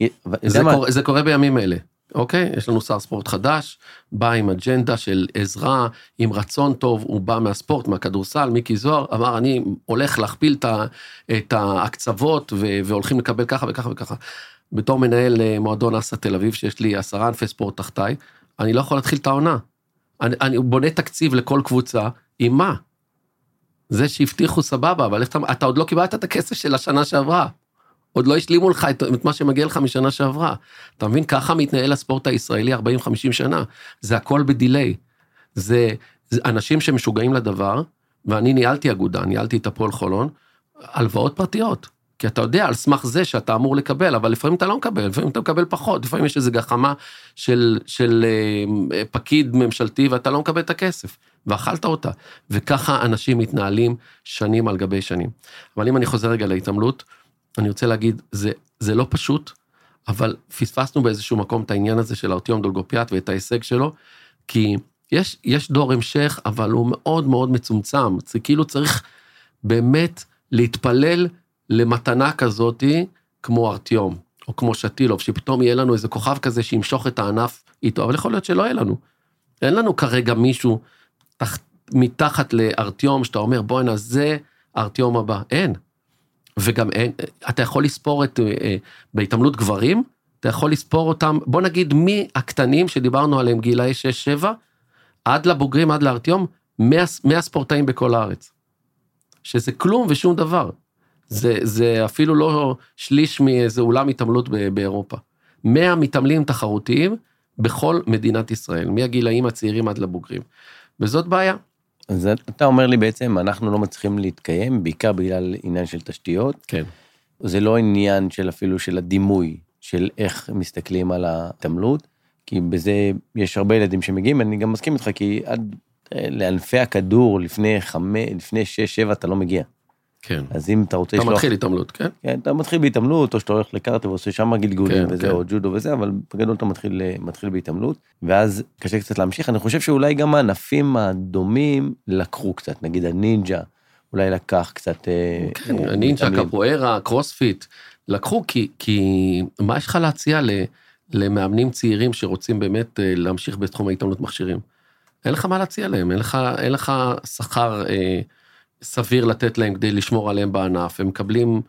Speaker 2: זה קורה בימים אלה. אוקיי? יש לנו שר ספורט חדש, בא עם אג'נדה של עזרה, עם רצון טוב, הוא בא מהספורט, מהכדורסל, מיקי זוהר, אמר, אני הולך להכפיל את ההקצבות, והולכים לקבל ככה וככה וככה. בתור מנהל מועדון אסא תל אביב, שיש לי 10 ענפי ספורט תחתיי, אני לא יכול להתחיל את העונה. אני בונה תקציב לכל קבוצה, עם מה? זה שהבטיחו סבבה, אבל אתה עוד לא קיבלת את הכסף של השנה שעברה. עוד לא השלימו לך את מה שמגיע לך משנה שעברה. אתה מבין, ככה מתנהל הספורט הישראלי 40-50 שנה. זה הכל בדילי. זה אנשים שמשוגעים לדבר, ואני ניהלתי אגודה, ניהלתי את הפועל חולון, הלוואות פרטיות. כי אתה יודע על סמך זה שאתה אמור לקבל, אבל לפעמים אתה לא מקבל, לפעמים אתה מקבל פחות, לפעמים יש איזו גחמה של פקיד ממשלתי, ואתה לא מקבל את הכסף, ואכלת אותה. וככה אנשים מתנהלים שנים על גבי שנים. אבל אם אני חוזר רגע להתעמלות, אני רוצה להגיד, זה לא פשוט, אבל פספסנו באיזשהו מקום את העניין הזה של ארטיום דולגופיאט ואת ההישג שלו, כי יש דור המשך, אבל הוא מאוד מאוד מצומצם, זה כאילו צריך באמת להתפלל למתנה כזאת, כמו ארטיום, או כמו שטילוב, שפתאום יהיה לנו איזה כוכב כזה שימשוך את הענף איתו, אבל יכול להיות שלא יהיה לנו. אין לנו כרגע מישהו מתחת לארטיום, שאתה אומר, בואי נה, זה ארטיום הבא. אין. וגם אין, אתה יכול לספור בהתעמלות גברים, אתה יכול לספור אותם, בוא נגיד מי הקטנים שדיברנו עליהם, גילאי 6-7, עד לבוגרים, עד לארטיום, 100 ספורטאים בכל הארץ. שזה כלום ושום דבר. זה אפילו לא שליש מאיזה אולם התעמלות באירופה. 100 מתעמלים תחרותיים בכל מדינת ישראל, מהגילאים הצעירים עד לבוגרים. וזאת בעיה.
Speaker 1: אז אתה אומר לי בעצם, אנחנו לא מצליחים להתקיים, בעיקר בגלל עניין של תשתיות.
Speaker 2: כן.
Speaker 1: זה לא עניין של אפילו של הדימוי, של איך מסתכלים על התעמלות, כי בזה יש הרבה ילדים שמגיעים, אני גם מסכים איתך, כי עד לענפי הכדור, לפני 6-7 אתה לא מגיע.
Speaker 2: כן.
Speaker 1: אז אם אתה רוצה...
Speaker 2: אתה מתחיל התעמלות, כן?
Speaker 1: כן, אתה מתחיל בהתעמלות, או שאתה הולך לקרטה ועושה שם גלגולים
Speaker 2: כן,
Speaker 1: וזה,
Speaker 2: כן.
Speaker 1: או ג'ודו וזה, אבל בגדול אתה מתחיל בהתעמלות, ואז קשה קצת להמשיך. אני חושב שאולי גם הענפים הדומים לקחו קצת, נגיד הנינג'ה, אולי לקח קצת...
Speaker 2: כן, הנינג'ה, קפוארה, קרוספיט, לקחו, כי מה יש לך להציע למאמנים צעירים שרוצים באמת להמשיך בתחום ההתעמלות מכשירים? אין לך מה להציע להם, אין לך שכר סביר לתת להם כדי לשמור עליהם בענף, הם מקבלים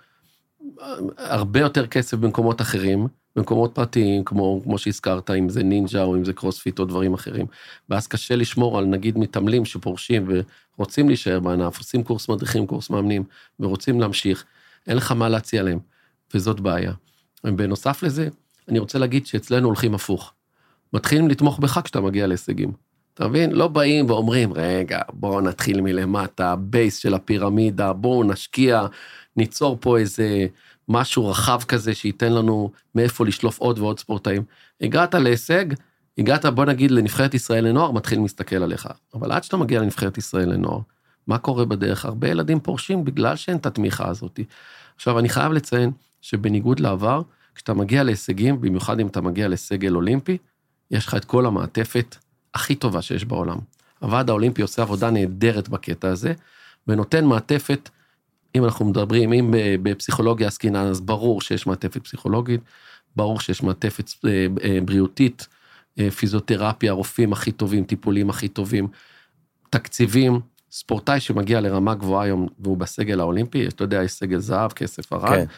Speaker 2: הרבה יותר כסף במקומות אחרים, במקומות פרטיים, כמו שהזכרת, אם זה נינג'ה או אם זה קרוספיט או דברים אחרים, ואז קשה לשמור על נגיד מתעמלים שפורשים ורוצים להישאר בענף, עושים קורס מדריכים, קורס מאמנים, ורוצים להמשיך, אין לך מה להציע להם, וזאת בעיה. ובנוסף לזה, אני רוצה להגיד שאצלנו הולכים הפוך, מתחילים לתמוך בך כשאתה מגיע להישגים, אתה מבין? לא באים ואומרים, רגע, בואו נתחיל מלמטה, הבייס של הפירמידה, בואו נשקיע, ניצור פה איזה משהו רחב כזה, שייתן לנו מאיפה לשלוף עוד ועוד ספורטאים. הגעת להישג, בוא נגיד לנבחרת ישראל לנוער, מתחיל מסתכל עליך. אבל עד שאתה מגיע לנבחרת ישראל לנוער, מה קורה בדרך? הרבה ילדים פורשים בגלל שאין את התמיכה הזאת. עכשיו, אני חייב לציין שבניגוד לעבר, כשאתה מגיע להישגים, במיוחד אם אתה מגיע לסגל אולימפי, יש לך את כל המעטפת הכי טובה שיש בעולם. הוועד האולימפי עושה עבודה נהדרת בקטע הזה, ונותן מעטפת, אם אנחנו מדברים, אם בפסיכולוגיה עסקינן, אז ברור שיש מעטפת פסיכולוגית, ברור שיש מעטפת בריאותית, פיזיותרפיה, רופאים הכי טובים, טיפולים הכי טובים, תקציבים, ספורטאי שמגיע לרמה גבוהה היום, והוא בסגל האולימפי, אתה יודע, יש סגל זהב, כסף ארד,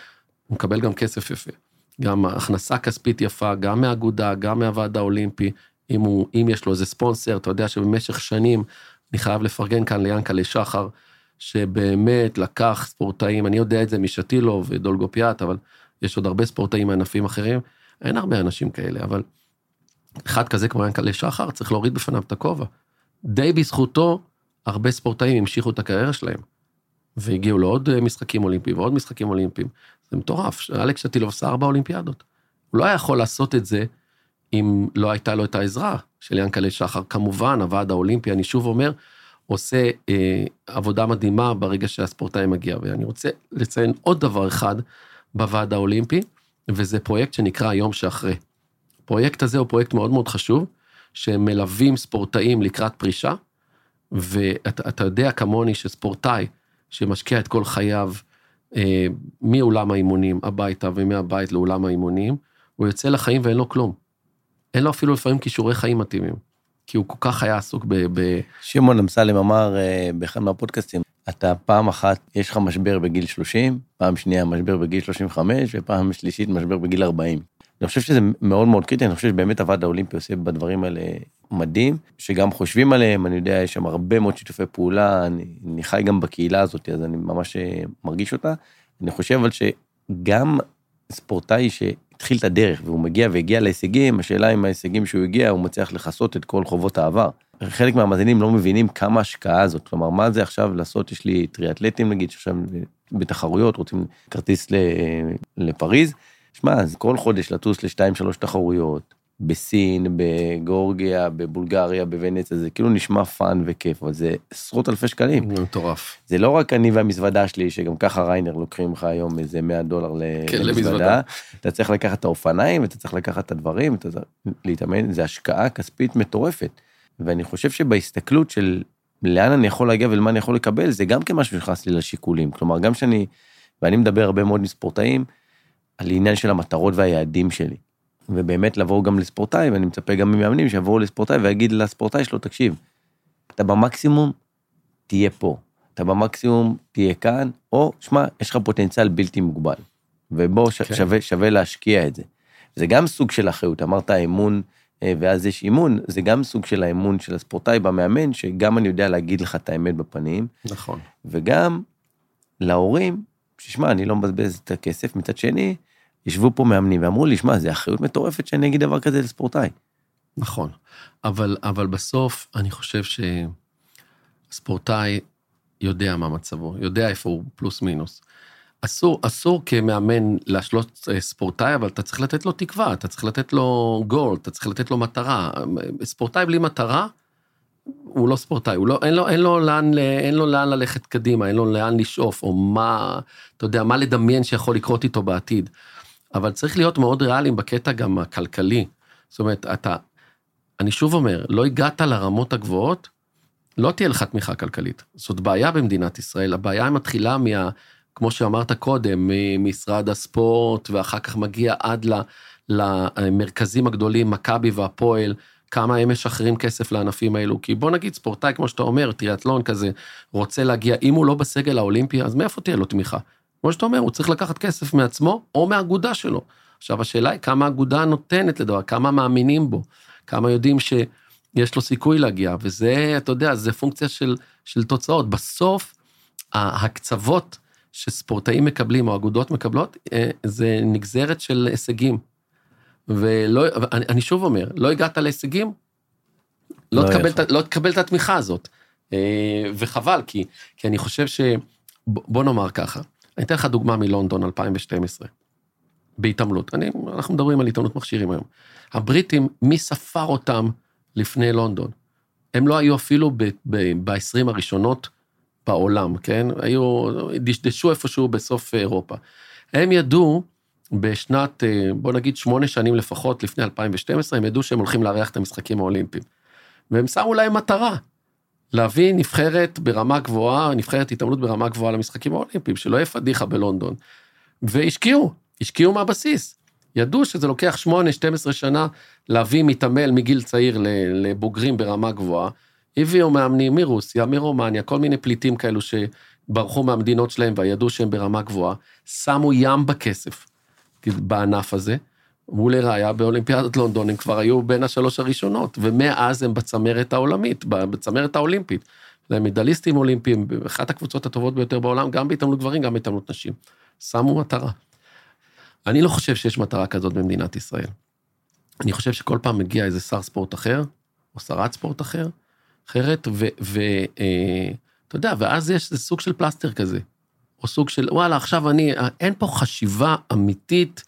Speaker 2: הוא מקבל גם כסף יפה. גם הכנסה כספית יפה, גם מהאגודה, גם מהוועד האולימפי, אם יש לו איזה ספונסר, אתה יודע שבמשך שנים, אני חייב לפרגן כאן ליענקל'ה שחר, שבאמת לקח ספורטאים, אני יודע את זה משטילו ודולגופיאט, אבל יש עוד הרבה ספורטאים מענפים אחרים, אין הרבה אנשים כאלה, אבל אחד כזה כמו יענקל'ה שחר, צריך להוריד בפניו את הכובע. די בזכותו, הרבה ספורטאים המשיכו את הקריירה שלהם, והגיעו לעוד משחקים אולימפיים, ועוד משחקים אולימפיים. זה מטורף, אלכס שטילוב עשה 4 אולימפיאדות. הוא לא היה יכול לעשות את זה, אם לא הייתה לו את העזרה של יענקל'ה שחר. כמובן, הוועד האולימפי, אני שוב אומר, עושה עבודה מדהימה ברגע שהספורטאי מגיע. ואני רוצה לציין עוד דבר אחד בוועד האולימפי, וזה פרויקט שנקרא היום שאחרי. הפרויקט הזה הוא פרויקט מאוד מאוד חשוב, שמלווים ספורטאים לקראת פרישה, ואתה יודע כמוני שספורטאי שמשקיע את כל חייו מאולם האימונים הביתה ומהבית לאולם האימונים, הוא יוצא לחיים ואין לו כלום. אין לו אפילו לפעמים כישורי חיים מתאימים, כי הוא כל כך היה עסוק
Speaker 1: שמעון אמסלם אמר באחד מהפודקאסטים, אתה פעם אחת, יש לך משבר בגיל 30, פעם שנייה משבר בגיל 35, ופעם שלישית משבר בגיל 40. אני חושב שזה מאוד מאוד קריטי, אני חושב שבאמת הוועד האולימפי עושה בדברים האלה מדהים, שגם חושבים עליהם, אני יודע, יש שם הרבה מאוד שיתופי פעולה, אני חי גם בקהילה הזאת, אז אני ממש מרגיש אותה. אני חושב אבל שגם ספורטאי שהתחיל את הדרך, והוא מגיע והגיע להישגים, השאלה אם ההישגים שהוא הגיע, הוא מצליח לחסות את כל חובות העבר. חלק מהמאזינים לא מבינים כמה השקעה הזאת, כלומר, מה זה עכשיו לעשות, יש לי טריאטלטים, נגיד, שעכשיו בתחרויות, רוצים כרטיס לפריז, שמע, אז כל חודש לטוס ל2-3 תחרויות, בסין, בגאורגיה, בבולגריה, בוונציה, זה כאילו נשמע פאן וכיף, אבל זה עשרות אלפי שקלים.
Speaker 2: זה מטורף.
Speaker 1: זה לא רק אני והמזוודה שלי, שגם ככה ריינר לוקחים לך היום איזה $100 למזוודה, אתה צריך לקחת את האופניים, ואתה צריך לקחת את הדברים, אתה צריך להתאמן, זה השקעה כספית מטורפת, ואני חושב שבהסתכלות של לאן אני יכול להגיע ולמה אני יכול לקבל, זה גם כמשהו שנכנס לי לשיקולים, כלומר גם ואני מדבר הרבה מאוד מספורטאים, על עניין של המטרות והיעדים שלי. ובאמת לבוא גם לספורטאי, ואני מצפה גם ממאמנים שיבואו לספורטאי, ויגיד לספורטאי שלו, תקשיב, אתה במקסימום תהיה פה, אתה במקסימום תהיה כאן, או שמע, יש לך פוטנציאל בלתי מוגבל, ובוא שווה להשקיע את זה. זה גם סוג של אחריות, אמרת האמון, ואז יש אימון, זה גם סוג של האמון של הספורטאי במאמן, שגם אני יודע להגיד לך את האמת בפנים.
Speaker 2: נכון.
Speaker 1: וגם להורים, ששמע, אני לא מבזבז את הכסף, מצד שני, ישבו פה מאמנים ואמרו לי, שמע, זה אחריות מטורפת שאני אגיד דבר כזה לספורטאי.
Speaker 2: נכון, אבל בסוף אני חושב שספורטאי יודע מה מצבו, יודע איפה הוא פלוס מינוס. אסור כמאמן להשלות ספורטאי, אבל אתה צריך לתת לו תקווה, אתה צריך לתת לו גול, אתה צריך לתת לו מטרה. ספורטאי בלי מטרה, הוא לא ספורטאי, אין לו לאן ללכת קדימה, אין לו לאן לשאוף, או מה, אתה יודע, מה לדמיין שיכול לקרות איתו בעתיד. אבל צריך להיות מאוד ריאליים בקטע גם הכלכלי. זאת אומרת, אני שוב אומר, לא הגעת לרמות הגבוהות, לא תהיה לך תמיכה כלכלית. זאת בעיה במדינת ישראל, הבעיה מתחילה כמו שאמרת קודם, ממשרד הספורט, ואחר כך מגיע עד למרכזים הגדולים, מכבי והפועל, כמה הם משחררים כסף לענפים האלו, כי בוא נגיד ספורטאי, כמו שאתה אומר, טריאטלון כזה, רוצה להגיע, אם הוא לא בסגל האולימפי, אז מאיפה תהיה לו תמיכה? כמו שאתה אומר, הוא צריך לקחת כסף מעצמו, או מהאגודה שלו. עכשיו, השאלה היא כמה האגודה נותנת לדבר, כמה מאמינים בו, כמה יודעים שיש לו סיכוי להגיע, וזה, אתה יודע, זה פונקציה של תוצאות. בסוף, ההקצוות שספורטאים מקבלים, או אגודות מקבלות, זה נגזרת של הישגים. אני שוב אומר, לא הגעת להישגים, לא תקבל את התמיכה הזאת. וחבל, כי אני חושב בוא נאמר ככה, אני אתן לך דוגמה מלונדון 2012, בהתעמלות. אנחנו מדברים על התעמלות מכשירים היום. הבריטים, מי ספר אותם לפני לונדון? הם לא היו אפילו ב-20 הראשונות בעולם, כן? דשדשו איפשהו בסוף אירופה. הם ידעו בשנת, בוא נגיד 8 שנים לפחות, לפני 2012, הם ידעו שהם הולכים לארח את המשחקים האולימפיים. והם שמו להם מטרה, להביא נבחרת ברמה גבוהה, נבחרת התעמלות ברמה גבוהה למשחקים האולימפיים, שלא יהיה פדיחה בלונדון. והשקיעו מהבסיס. ידעו שזה לוקח 8-12 שנה להביא מתעמל מגיל צעיר לבוגרים ברמה גבוהה. הביאו מאמנים מרוסיה, מרומניה, כל מיני פליטים כאלו ברחו מהמדינות שלהם וידעו שהם ברמה גבוהה, שמו ים בכסף בענף הזה, ולראיה באולימפיאדת לונדון הם כבר היו בין 3 הראשונות, ומאז הם בצמרת העולמית, בצמרת האולימפית, הם מדליסטים אולימפיים, אחת הקבוצות הטובות ביותר בעולם, גם בהתעמלות גברים, גם בהתעמלות נשים. שמו מטרה. אני לא חושב שיש מטרה כזאת במדינת ישראל. אני חושב שכל פעם מגיע איזה שר ספורט אחר, או שרת ספורט אחרת, אתה יודע, ואז יש איזה סוג של פלסטר כזה, או סוג של, וואלה, עכשיו אין פה חשיבה אמיתית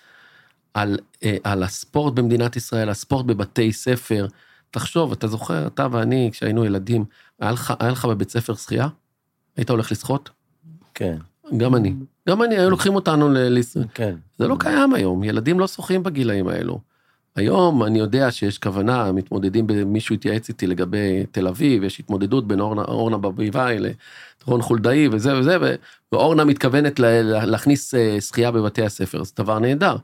Speaker 2: על הספורט במדינת ישראל, הספורט בבתי ספר. תחשוב, אתה זוכר, אתה ואני, כשהיינו ילדים, היה לך בבית ספר שחייה? היית הולך לשחות?
Speaker 1: כן.
Speaker 2: גם אני, היו לוקחים אותנו
Speaker 1: כן.
Speaker 2: זה לא קיים היום, ילדים לא שוחים בגילאים האלו. היום אני יודע שיש כוונה, מתמודדים מישהו התייעץ איתי לגבי תל אביב, יש התמודדות בין אורנה ברביבאי לרון חולדאי וזה, ואורנה מתכוונת להכניס שחייה בבתי הספר, זה דבר נהדר.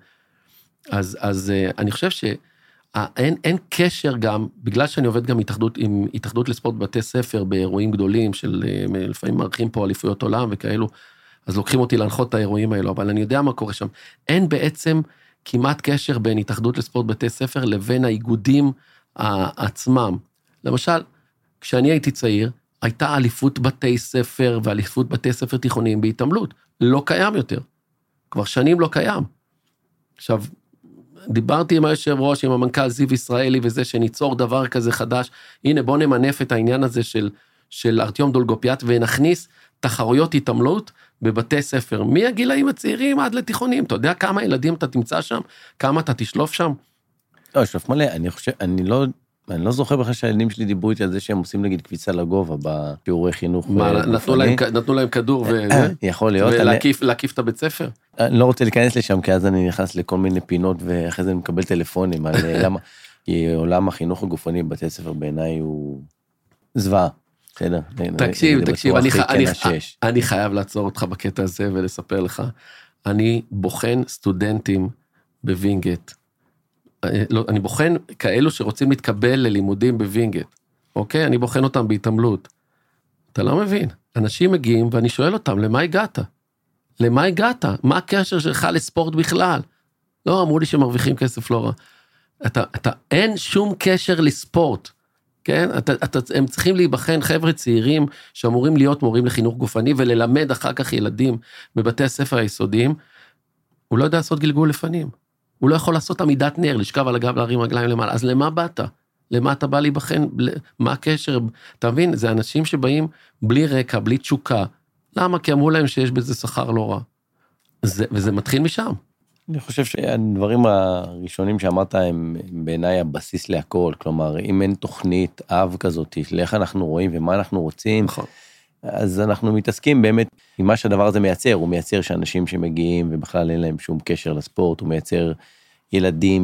Speaker 2: אז אני חושב שאין קשר גם, בגלל שאני עובד גם עם התאחדות לספורט בבתי ספר, באירועים גדולים של, לפעמים מערכים פה אליפויות עולם וכאלו, אז לוקחים אותי להנחות את האירועים האלו, אבל אני יודע מה קורה שם. אין בעצם כמעט קשר בין התאחדות לספורט בתי ספר לבין האיגודים עצמם. למשל, כשאני הייתי צעיר, הייתה אליפות בתי ספר ואליפות בתי ספר תיכוניים בהתעמלות. לא קיים יותר. כבר שנים לא קיים. עכשיו, דיברתי עם היושב ראש, עם המנכ"ל זיו ישראלי וזה, שניצור דבר כזה חדש. הנה, בוא נמנף את העניין הזה של ארטיום דולגופיאט, ונכניס תחרויות התעמלות בבתי ספר, מהגילאים הצעירים עד לתיכונים. אתה יודע כמה ילדים אתה תמצא שם? כמה אתה תשלוף שם?
Speaker 1: לא, שלוף מלא. אני לא זוכר בכלל שהילדים שלי דיברו איתי על זה שהם עושים נגיד קפיצה לגובה בשיעורי חינוך.
Speaker 2: נתנו להם כדור
Speaker 1: יכול להיות.
Speaker 2: ולהקיף את הבית ספר?
Speaker 1: אני לא רוצה להיכנס לשם, כי אז אני נכנס לכל מיני פינות, ואחרי זה אני מקבל טלפונים על למה, עולם החינוך הגופני בבתי ספר בעיניי הוא זוועה.
Speaker 2: תקשיב, אני חייב לעצור אותך בקטע הזה ולספר לך, אני בוחן סטודנטים בווינגט, אני בוחן כאלו שרוצים להתקבל ללימודים בווינגט, אוקיי? אני בוחן אותם בהתעמלות. אתה לא מבין, אנשים מגיעים ואני שואל אותם, למה הגעת? למה הגעת? מה הקשר שלך לספורט בכלל? לא, אמרו לי שמרוויחים כסף לא רע. אין שום קשר לספורט. כן? הם צריכים להיבחן חבר'ה צעירים שאמורים להיות מורים לחינוך גופני וללמד אחר כך ילדים בבתי הספר היסודיים. הוא לא יודע לעשות גלגול לפנים. הוא לא יכול לעשות עמידת נר, לשכב על הגב, להרים רגליים למעלה. אז למה באת? למה אתה בא להיבחן? מה הקשר? אתה מבין? זה אנשים שבאים בלי רקע, בלי תשוקה. למה? כי אמרו להם שיש בזה שכר לא רע. וזה מתחיל משם.
Speaker 1: אני חושב שהדברים הראשונים שאמרת הם בעיניי הבסיס להכל, כלומר, אם אין תוכנית אב כזאת, לאיך אנחנו רואים ומה אנחנו רוצים, אז אנחנו מתעסקים באמת עם מה שהדבר הזה מייצר, הוא מייצר שאנשים שמגיעים ובכלל אין להם שום קשר לספורט, הוא מייצר ילדים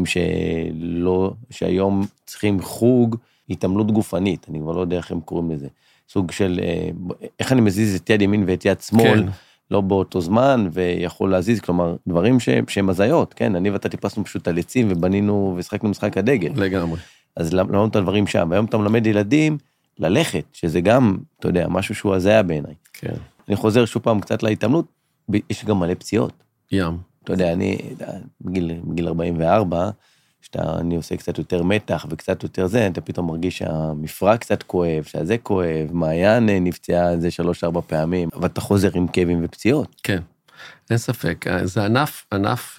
Speaker 1: שהיום צריכים חוג התעמלות גופנית, אני כבר לא יודע איך הם קוראים לזה, סוג של, איך אני מזיז את יד ימין ואת יד שמאל, כן. לא באותו זמן, ויכול להזיז, כלומר, דברים שהם הזיות, כן? אני ואתה טיפסנו פשוט על עצים, ובנינו ושחקנו משחק הדגל.
Speaker 2: לגמרי.
Speaker 1: אז למדנו את הדברים שם, והיום אתה מלמד ילדים ללכת, שזה גם, אתה יודע, משהו שהוא הזיה בעיניי.
Speaker 2: כן.
Speaker 1: אני חוזר שוב פעם קצת להתעמלות, יש גם מלא פציעות.
Speaker 2: ים.
Speaker 1: אתה יודע, אני, בגיל 44, אני עושה קצת יותר מתח וקצת יותר זה, אתה פתאום מרגיש שהמפרק קצת כואב, שזה כואב, מעיין נפצעה זה 3-4 פעמים, אבל אתה חוזר עם כאבים ופציעות.
Speaker 2: כן, אין ספק. זה ענף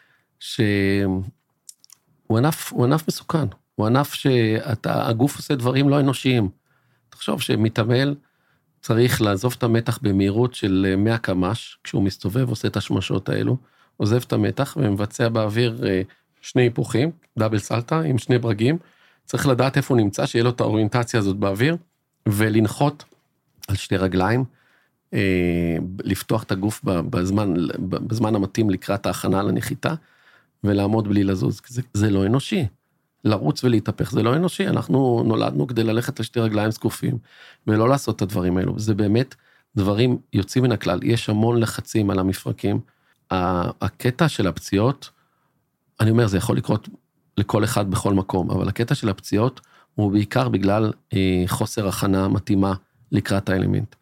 Speaker 2: הוא ענף מסוכן. הוא ענף שהגוף עושה דברים לא אנושיים. תחשוב שמתעמל צריך לעזוב את המתח במהירות של 100 קמ"ש, כשהוא מסתובב, עושה את השמשות האלו, עוזב את המתח ומבצע באוויר 2 היפוכים, דאבל סלטה עם 2 ברגים, צריך לדעת איפה הוא נמצא, שיהיה לו את האוריינטציה הזאת באוויר, ולנחות על 2 רגליים, לפתוח את הגוף בזמן המתאים לקראת ההכנה לנחיתה, ולעמוד בלי לזוז, זה לא אנושי. לרוץ ולהתהפך, זה לא אנושי, אנחנו נולדנו כדי ללכת ל2 רגליים זקופים, ולא לעשות את הדברים האלו, זה באמת דברים יוצאים מן הכלל, יש המון לחצים על המפרקים, הקטע של הפציעות, אני אומר, זה יכול לקרות לכל אחד בכל מקום, אבל הקטע של הפציעות הוא בעיקר בגלל חוסר הכנה מתאימה לקראת האלמנט.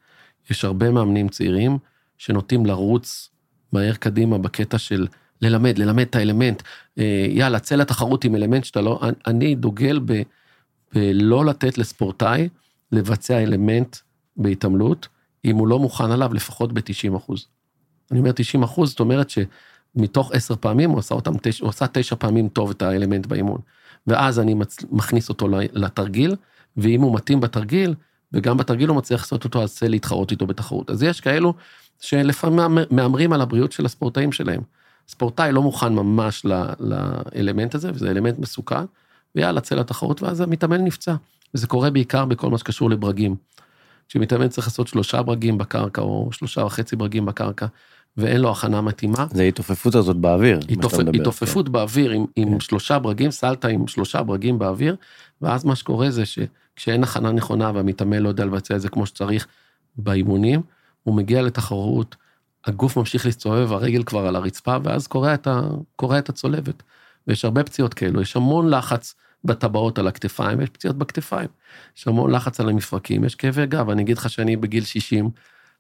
Speaker 2: יש הרבה מאמנים צעירים שנוטים לרוץ מהר קדימה בקטע של ללמד את האלמנט, יאללה, צא לתחרות עם אלמנט שאתה לא, אני דוגל בלא לתת לספורטאי לבצע אלמנט בהתעמלות, אם הוא לא מוכן עליו לפחות ב-90%. אני אומר 90%, זאת אומרת שמתוך 10 פעמים הוא עשה 9 פעמים טוב את האלמנט באימון, ואז אני מכניס אותו לתרגיל, ואם הוא מתאים בתרגיל, וגם בתרגיל הוא מצליח לעשות אותו, אז זה להתחרות איתו בתחרות. אז יש כאלו שלפעמים מאמרים על הבריאות של הספורטאים שלהם. ספורטאי לא מוכן ממש לאלמנט הזה, וזה אלמנט מסוכן, ויאללה, צא לתחרות, ואז המתאמן נפצע. וזה קורה בעיקר בכל מה שקשור לברגים. כשמתאמן צריך לעשות 3 ברגים בקרקע, או 3.5 ברגים בקרקע, ואין לו הכנה מתאימה.
Speaker 1: זה התעופפות הזאת באוויר.
Speaker 2: התעופפות באוויר עם 3 ברגים, סלטה עם 3 ברגים באוויר, ואז מה שקורה זה שכשאין הכנה נכונה, והמתאמן לא יודע לבצע את זה כמו שצריך באימונים, הוא מגיע לתחרות, הגוף ממשיך להסתובב, הרגל כבר על הרצפה, ואז קורא את הצולבת. ויש הרבה פציעות כאלו, יש המון לחץ בטבעות על הכתפיים, יש פציעות בכתפיים, יש המון לחץ על המפרקים, יש כאבי גב, אני אגיד לך שאני בגיל 60,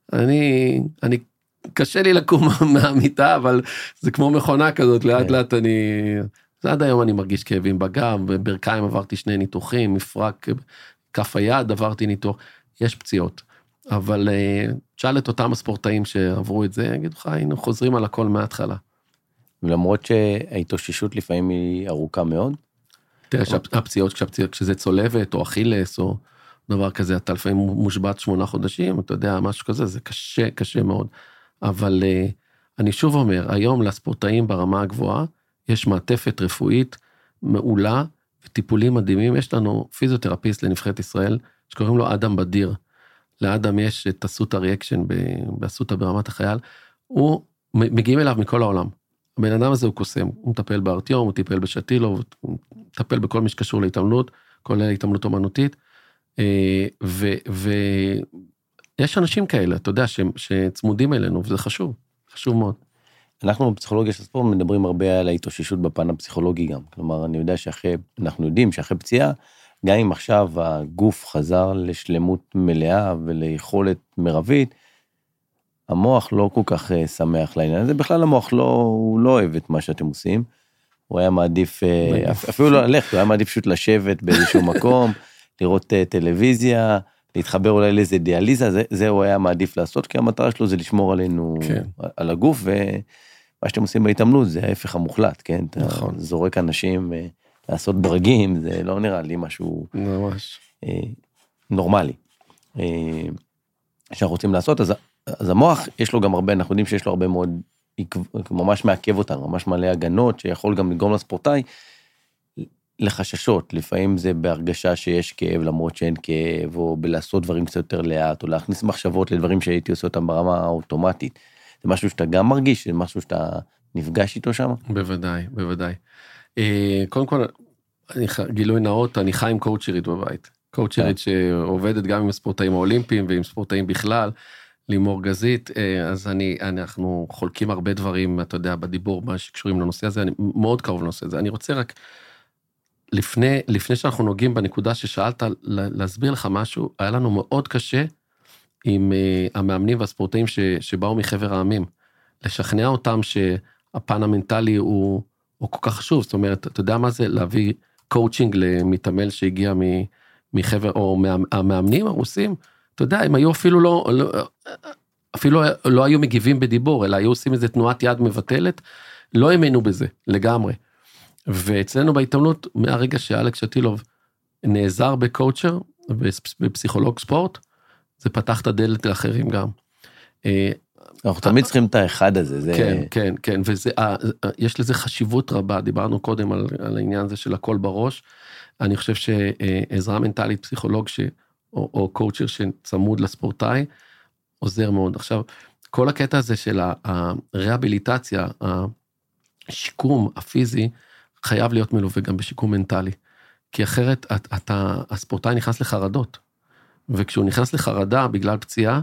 Speaker 2: אני קשה לי לקום מהמיטה, אבל זה כמו מכונה כזאת, לאט לאט עד היום אני מרגיש כאבים בגב, בברכיים עברתי 2 ניתוחים, מפרק, כף היד עברתי ניתוח, יש פציעות. אבל תשאל את אותם הספורטאים שעברו את זה, יגידו לך, היינו חוזרים על הכל מההתחלה.
Speaker 1: ולמרות שההתאוששות לפעמים היא ארוכה מאוד?
Speaker 2: תראה, הפציעות, כשזה צולבת או אכילס או דבר כזה, אתה לפעמים מושבת 8 חודשים, אתה יודע, משהו כזה, זה קשה, קשה מאוד. אבל אני שוב אומר, היום לספורטאים ברמה הגבוהה, יש מעטפת רפואית מעולה, וטיפולים מדהימים, יש לנו פיזיותרפיסט לנבחרת ישראל, שקוראים לו אדם בדיר, לאדם יש את אסותא ריאקשן באסותא ברמת החייל, הוא מגיעים אליו מכל העולם. הבן אדם הזה הוא קוסם, הוא מטפל בארטיום, הוא טיפל בשטילו, הוא מטפל בכל מי שקשור להתעמלות, כולל התעמלות אומנותית, ויש אנשים כאלה, אתה יודע, שצמודים אלינו, וזה חשוב, חשוב מאוד.
Speaker 1: אנחנו בפסיכולוגיה של הספורט מדברים הרבה על ההתאוששות בפן הפסיכולוגי גם, כלומר, אני יודע אנחנו יודעים שאחרי פציעה, גם אם עכשיו הגוף חזר לשלמות מלאה וליכולת מרבית, המוח לא כל כך שמח לעניין הזה, בכלל המוח הוא לא אוהב את מה שאתם עושים, הוא היה מעדיף, אפילו לא ללכת, הוא היה מעדיף פשוט לשבת באיזשהו מקום, לראות טלוויזיה, להתחבר אולי לאיזה דיאליזה, זה הוא היה מעדיף לעשות, כי המטרה שלו זה לשמור עלינו, על הגוף, ומה שאתם עושים בהתעמלות זה ההפך המוחלט, כן? אתה זורק אנשים לעשות ברגים, זה לא נראה לי משהו
Speaker 2: ממש
Speaker 1: נורמלי. שאנחנו רוצים לעשות, אז המוח יש לו גם הרבה, אנחנו יודעים שיש לו הרבה מאוד, ממש מעכב אותנו, ממש מלא הגנות, שיכול גם לגרום לספורטאי לחששות, לפעמים זה בהרגשה שיש כאב, למרות שאין כאב, או בלעשות דברים קצת יותר לאט, או להכניס מחשבות לדברים שהייתי עושה אותם ברמה האוטומטית. זה משהו שאתה גם מרגיש, זה משהו שאתה נפגש איתו שם?
Speaker 2: בוודאי, בוודאי. קודם כל, גילוי נאות, אני חי עם קואוצ'רית בבית. קואוצ'רית שעובדת גם עם הספורטאים האולימפיים, ועם ספורטאים בכלל, לימור גזית, אז אנחנו חולקים הרבה דברים, אתה יודע, בדיבור, מה שקשורים לנושא הזה, אני מאוד קרוב לנושא הזה. אני רוצה רק, לפני שאנחנו נוגעים בנקודה ששאלת, להסביר לך משהו, היה לנו מאוד קשה עם המאמנים והספורטאים שבאו מחבר העמים, לשכנע אותם שהפן המנטלי הוא כל כך חשוב, זאת אומרת, אתה יודע מה זה? להביא קואוצ'ינג למתעמל שהגיע מחבר, או המאמנים הרוסים, אתה יודע, הם היו אפילו לא היו מגיבים בדיבור, אלא היו עושים איזה תנועת יד מבטלת, לא האמינו בזה, לגמרי. ואצלנו בהתעמלות, מהרגע שאלכס שטילוב נעזר בקואוצ'ר, בפסיכולוג ספורט, זה פתח את הדלת לאחרים גם.
Speaker 1: אנחנו תמיד צריכים את האחד הזה.
Speaker 2: כן, ויש לזה חשיבות רבה, דיברנו קודם על העניין הזה של הכל בראש, אני חושב שעזרה מנטלית, פסיכולוג או קואוצ'ר שצמוד לספורטאי, עוזר מאוד. עכשיו, כל הקטע הזה של הריאביליטציה, השיקום הפיזי, חייב להיות מלווה גם בשיקום מנטלי, כי אחרת הספורטאי נכנס לחרדות, וכשהוא נכנס לחרדה בגלל פציעה,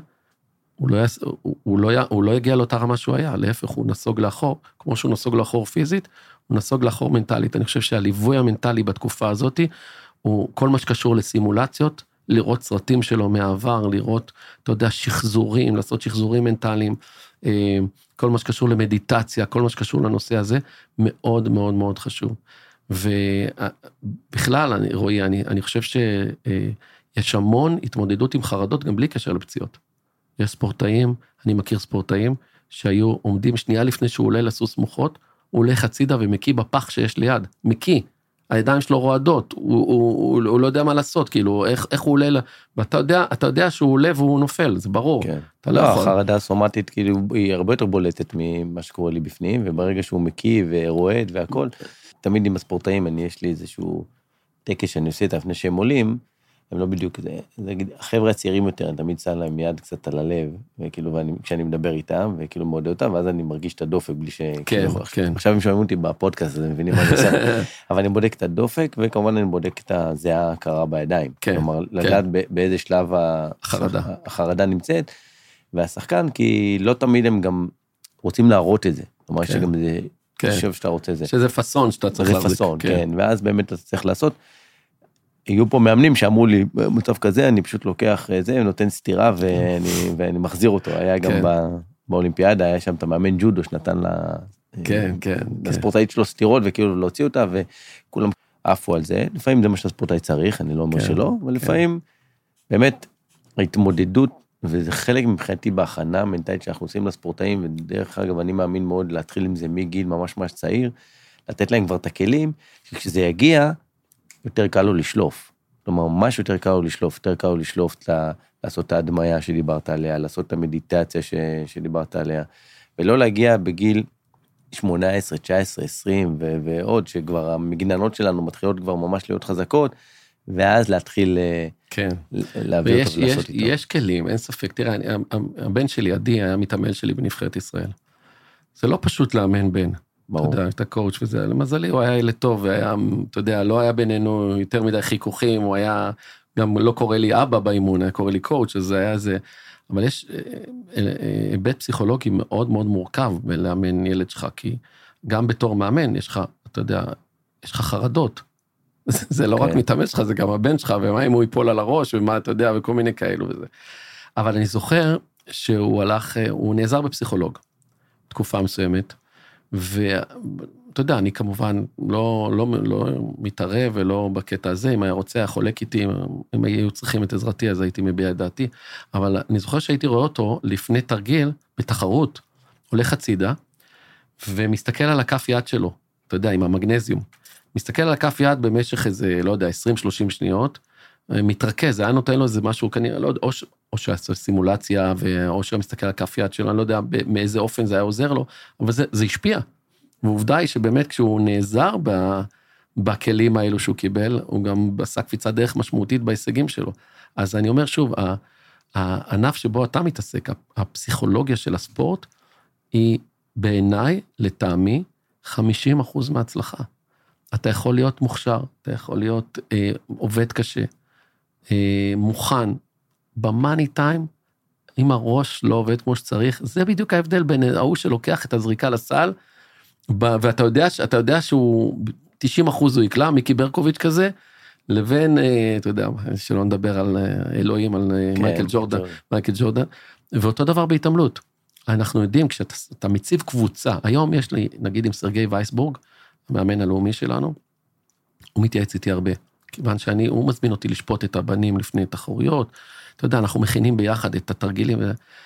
Speaker 2: הוא לא יגיע לאותה רמה שהוא היה, להפך הוא נסוג לאחור, כמו שהוא נסוג לאחור פיזית, הוא נסוג לאחור מנטלית. אני חושב שהליווי המנטלי בתקופה הזאת, הוא כל מה שקשור לסימולציות, לראות סרטים שלו מהעבר, לראות, אתה יודע, שחזורים, לעשות שחזורים מנטליים, כל מה שקשור למדיטציה, כל מה שקשור לנושא הזה, מאוד מאוד מאוד חשוב. ובכלל, רועי, אני חושב שיש המון התמודדות עם חרדות, גם בלי קשר לפציעות. יש ספורטאים, אני מכיר ספורטאים, שהיו עומדים שנייה לפני שהוא עולה לסוס מוחות, הוא הולך הצידה ומקיא בפח שיש ליד, מקיא, הידיים שלו רועדות, הוא לא יודע מה לעשות, כאילו, איך הוא עולה, ואתה יודע שהוא עולה והוא נופל, זה ברור.
Speaker 1: כן.
Speaker 2: אתה לא יכול.
Speaker 1: החרדה הסומטית, כאילו, היא הרבה יותר בולטת ממה שקורה לי בפנים, וברגע שהוא מקיא ורועד והכל, תמיד עם הספורטאים, יש לי איזשהו טקס שאני עושה את לפני שהם עולים, הם לא בדיוק, החבר'ה הצעירים יותר, אני תמיד שם להם יד קצת על הלב, וכאילו, כשאני מדבר איתם, וכאילו מודה אותם, ואז אני מרגיש את הדופק, בלי ש...
Speaker 2: כן, כן.
Speaker 1: עכשיו הם שומעים אותי בפודקאסט, אז הם מבינים מה אני עושה, אבל אני בודק את הדופק, וכמובן אני בודק את הזיעה הקרה בידיים.
Speaker 2: כן,
Speaker 1: כלומר, לדעת באיזה שלב החרדה נמצאת, והשחקן, כי לא תמיד הם גם רוצים להראות את זה. כלומר, שגם זה, אני חושב שאתה רוצה את זה.
Speaker 2: שזה פסון שאתה צריך להחזיק.
Speaker 1: זה פסון, כן, ואז באמת אתה צריך לעשות. היו פה מאמנים שאמרו לי, במצב כזה, אני פשוט לוקח זה, נותן סתירה, ואני מחזיר אותו. היה גם באולימפיאדה, היה שם את המאמן ג'ודו, שנתן לספורטאית שלו סתירות, וכאילו להוציא אותה, וכולם עפו על זה. לפעמים זה מה שהספורטאי צריך, אני לא אומר שלא, אבל לפעמים, באמת, ההתמודדות, וזה חלק מבחינתי בהכנה המנטלית שאנחנו עושים לספורטאים, ודרך אגב, אני מאמין מאוד להתחיל עם זה מגיל ממש ממש צעיר, לתת להם כבר את הכלים, שכשזה יגיע, יותר קל לו לשלוף. כלומר, ממש יותר קל לו לשלוף, יותר קל לו לשלוף, לעשות את ההדמיה שדיברת עליה, לעשות את המדיטציה שדיברת עליה, ולא להגיע בגיל 18, 19, 20, ועוד, שכבר המגננות שלנו מתחילות כבר ממש להיות חזקות, ואז להתחיל להביא אותו ולעשות איתו.
Speaker 2: יש כלים, אין ספק. תראה, הבן שלי, עדי, היה מתאמן שלי בנבחרת ישראל. זה לא פשוט לאמן בן. אתה יודע, את הקואוץ' וזה, למזלי, הוא היה ילד טוב, והיה, אתה יודע, לא היה בינינו יותר מדי חיכוכים, הוא היה, גם לא קורא לי אבא באימון, היה קורא לי קואוץ', אז זה היה זה, אבל יש היבט פסיכולוגי מאוד מאוד מורכב בלאמן ילד שלך, כי גם בתור מאמן, יש לך, אתה יודע, יש לך חרדות, זה לא רק מתאמן שלך, זה גם הבן שלך, ומה אם הוא ייפול על הראש, ומה אתה יודע, וכל מיני כאלו וזה. אבל אני זוכר שהוא הלך, הוא נעזר בפסיכולוג, תקופה מסוימת, ואתה יודע, אני כמובן לא מתערב ולא בקטע הזה, אם היה רוצה, היה חולק איתי, אם היו צריכים את עזרתי, אז הייתי מביע את דעתי, אבל אני זוכר שהייתי רואה אותו לפני תרגיל, בתחרות, הולך הצידה, ומסתכל על הכף יד שלו, אתה יודע, עם המגנזיום, מסתכל על הכף יד במשך איזה, לא יודע, 20-30 שניות, מתרכז, היה נותן לו איזה משהו, כנראה, לא יודע, או שעשה סימולציה, או שהוא מסתכל על כף יד שלו, אני לא יודע מאיזה אופן זה היה עוזר לו, אבל זה השפיע. ועובדה היא שבאמת כשהוא נעזר בכלים האלו שהוא קיבל, הוא גם עשה קפיצת דרך משמעותית בהישגים שלו. אז אני אומר שוב, הענף שבו אתה מתעסק, הפסיכולוגיה של הספורט, היא בעיניי, לטעמי, 50% מההצלחה. אתה יכול להיות מוכשר, אתה יכול להיות עובד קשה, מוכן, במאני טיים, אם הראש לא עובד כמו שצריך, זה בדיוק ההבדל בין ההוא שלוקח את הזריקה לסל, ואתה יודע שהוא 90% הוא יקלע, מיקי ברקוביץ' כזה, לבין, אתה יודע, שלא נדבר על אלוהים, על מייקל ג'ורדן, ואותו דבר בהתעמלות. אנחנו יודעים, כשאתה מציב קבוצה, היום יש לי, נגיד עם סרגי וייסבורג, המאמן הלאומי שלנו, הוא מתייעץ איתי הרבה, כיוון הוא מזמין אותי לשפוט את הבנים לפני תחרויות, אתה יודע, אנחנו מכינים ביחד את התרגילים,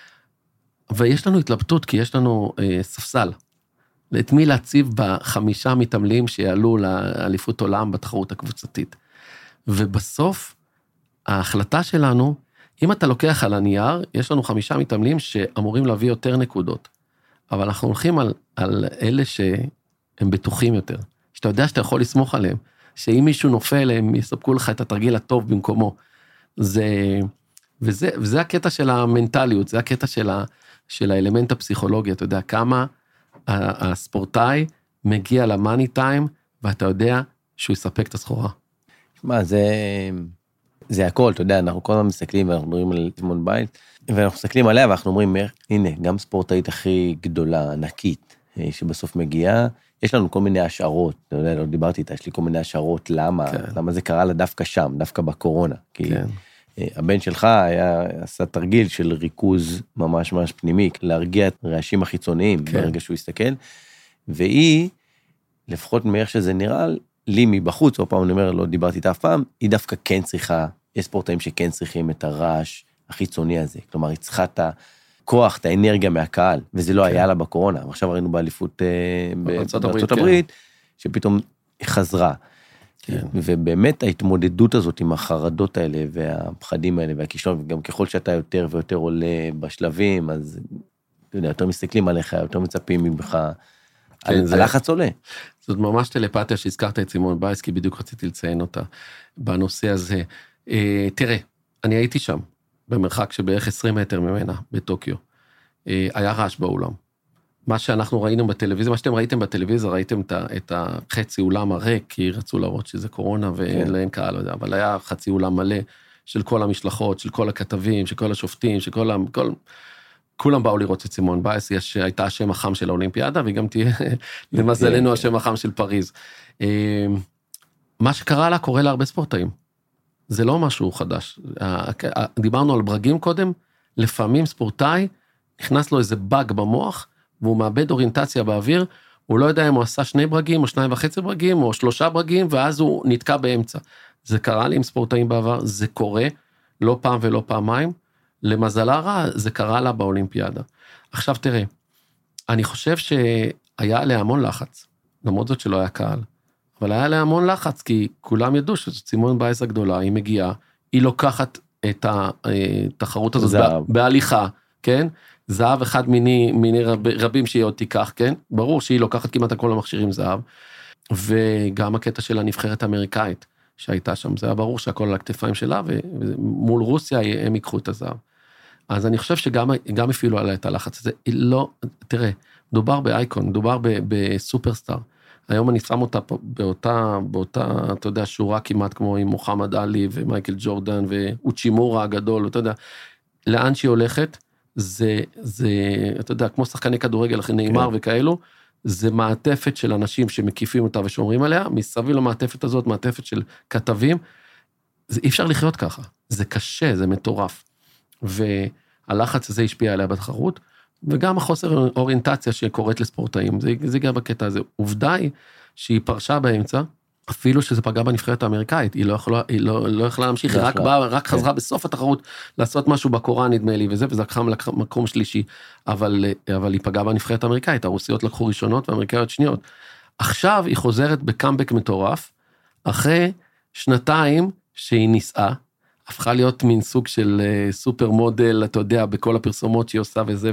Speaker 2: ויש לנו התלבטות, כי יש לנו ספסל, את מי להציב ב5 מתעמלים שיעלו לאליפות עולם בתחרות הקבוצתית. ובסוף, ההחלטה שלנו, אם אתה לוקח על הנייר, יש לנו 5 מתעמלים שאמורים להביא יותר נקודות, אבל אנחנו הולכים על אלה שהם בטוחים יותר, שאתה יודע שאתה יכול לסמוך עליהם, שאם מישהו נופל, הם יספקו לך את התרגיל הטוב במקומו. וזה הקטע של המנטליות, זה הקטע של האלמנט הפסיכולוגי, אתה יודע, כמה הספורטאי מגיע למאני טיים, ואתה יודע שהוא יספק את הסחורה.
Speaker 1: מה, זה הכל, אתה יודע, אנחנו כל הזמן מסתכלים, ואנחנו מדברים על סימון ביילס, ואנחנו מסתכלים עליה, ואנחנו אומרים, הנה, גם ספורטאית הכי גדולה, ענקית, שבסוף מגיעה, יש לנו כל מיני השערות, אתה יודע, לא דיברתי איתה, יש לי כל מיני השערות, למה זה קרה לה דווקא שם, דווקא בקורונה, כי הבן שלך עשה תרגיל של ריכוז ממש ממש פנימי, להרגיע את הרעשים החיצוניים, ברגע שהוא יסתכל, והיא, לפחות מאיך שזה נראה, לי מבחוץ, או פעם אני אומר, לא דיברתי איתה אף פעם, היא דווקא כן צריכה, יש ספורטאים שכן צריכים את הרעש החיצוני הזה, כלומר, היא צריכה את הכוח, את האנרגיה מהקהל, וזה לא היה לה בקורונה, ועכשיו ראינו באליפות בארצות הברית, שפתאום היא חזרה. ובאמת ההתמודדות הזאת עם החרדות האלה, והפחדים האלה, והכישלון, וגם ככל שאתה יותר ויותר עולה בשלבים, אז יותר מסתכלים עליך, יותר מצפים ממך, הלחץ עולה.
Speaker 2: זאת ממש טלפתיה שהזכרת את סימון בייס, כי בדיוק רציתי לציין אותה בנושא הזה. תראה, אני הייתי שם, במרחק שבערך 20 מטר ממנה, בטוקיו. היה רעש באולם. מה שאנחנו ראינו בטלוויזיה, מה שאתם ראיתם בטלוויזיה, ראיתם את החצי אולם הריק, כי רצו להראות שזה קורונה ואין קהל, אבל היה חצי אולם מלא של כל המשלחות, של כל הכתבים, של כל השופטים, כולם באו לראות את סימון בייס, הייתה השם החם של האולימפיאדה, והיא גם תהיה, למזלנו, השם החם של פריז. מה שקרה לה, קורה להרבה ספורטאים. זה לא משהו חדש. דיברנו על ברגים קודם, לפעמים ספורטאי, נכנס לו איזה באג במוח, והוא מאבד אוריינטציה באוויר, הוא לא יודע אם הוא עשה 2 ברגים, או 2.5 ברגים, או 3 ברגים, ואז הוא נתקע באמצע. זה קרה לי עם ספורטאים בעבר, זה קורה, לא פעם ולא פעמיים, למזלה רע, זה קרה לה באולימפיאדה. עכשיו תראה, אני חושב שהיה עליה המון לחץ, למרות זאת שלא היה קהל, אבל היה עליה המון לחץ, כי כולם ידעו שסימון בייס הגדולה, היא מגיעה, היא לוקחת את התחרות הזאת בהליכה, כן? זהב אחד מיני רבים שהיא עוד תיקח, כן? ברור שהיא לוקחת כמעט הכל המכשירים זהב, וגם הקטע של הנבחרת האמריקאית, שהייתה שם, זה היה ברור שהכל על הכתפיים שלה, ומול רוסיה הם ייקחו את הזהב. אז אני חושב שגם הפעילו עליה את הלחץ הזה, לא, תראה, דובר באייקון, דובר בסופרסטאר, היום אני שם אותה באותה, אתה יודע, שורה כמעט כמו עם מוחמד עלי ומייקל ג'ורדן ואוצ'ימורה הגדול, אתה יודע, לאן שהיא הולכת, זה, אתה יודע, כמו שחקני כדורגל, נאמר וכאלו, זה מעטפת של אנשים שמקיפים אותה ושומרים עליה, מסביב למעטפת הזאת, מעטפת של כתבים, אי אפשר לחיות ככה, זה קשה, זה מטורף, והלחץ הזה השפיע עליה בתחרות, וגם החוסר אוריינטציה שקורית לספורטאים, זה גם בקטע הזה, עובדה היא שהיא פרשה באמצע, אפילו שזה פגע בנבחרת האמריקאית, היא לא יכלה להמשיך, היא רק חזרה בסוף התחרות, לעשות משהו בקורה נדמה לי, וזה לקחה מקום שלישי, אבל היא פגעה בנבחרת האמריקאית, הרוסיות לקחו ראשונות והאמריקאיות שניות. עכשיו היא חוזרת בקאמבק מטורף, אחרי 2 שהיא ניסעה, הפכה להיות מין סוג של סופר מודל, אתה יודע, בכל הפרסומות שהיא עושה וזה,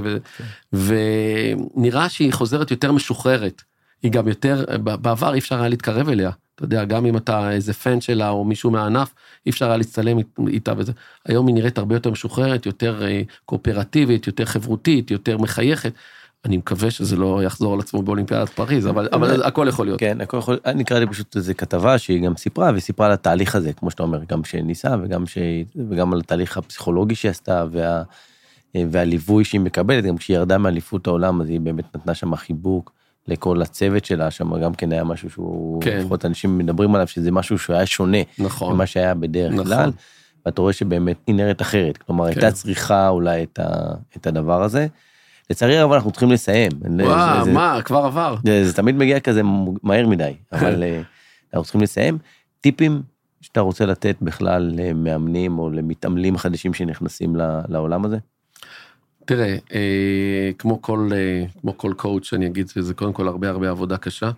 Speaker 2: ונראה שהיא חוזרת יותר משוחררת, היא גם יותר, בעבר אי אפשר היה להתקרב אליה, אתה יודע, גם אם אתה איזה פן שלה או מישהו מהענף, אי אפשר היה להצטלם איתה וזה. היום היא נראית הרבה יותר משוחררת, יותר קואופרטיבית, יותר חברותית, יותר מחייכת. אני מקווה שזה לא יחזור על עצמו באולימפיאדת פריז, אבל הכל יכול להיות.
Speaker 1: כן, הכל יכול, אני קראתי פשוט איזו כתבה שהיא גם סיפרה, וסיפרה על התהליך הזה, כמו שאתה אומר, גם שניסה, וגם על התהליך הפסיכולוגי שעשתה, והליווי שהיא מקבלת, גם כשהיא ירדה מאליפות העולם, אז היא באמת נתנה שם חיבוק, לכל הצוות שלה, שם גם כן היה משהו שהוא, לפחות אנשים מדברים עליו, שזה משהו שהוא היה שונה, ממה שהיה בדרך כלל, ואתה רואה שבאמת היא נראית אחרת, כלומר, הייתה צריכה אולי את הדבר הזה, לצערי הרב אנחנו צריכים לסיים.
Speaker 2: וואו, מה, כבר עבר.
Speaker 1: זה תמיד מגיע כזה מהר מדי, אבל אנחנו צריכים לסיים. טיפים שאתה רוצה לתת בכלל למאמנים, או למתעמלים חדשים שנכנסים לעולם הזה?
Speaker 2: תראה, כמו כל קואוץ' אני אגיד שזה קודם כל הרבה עבודה קשה,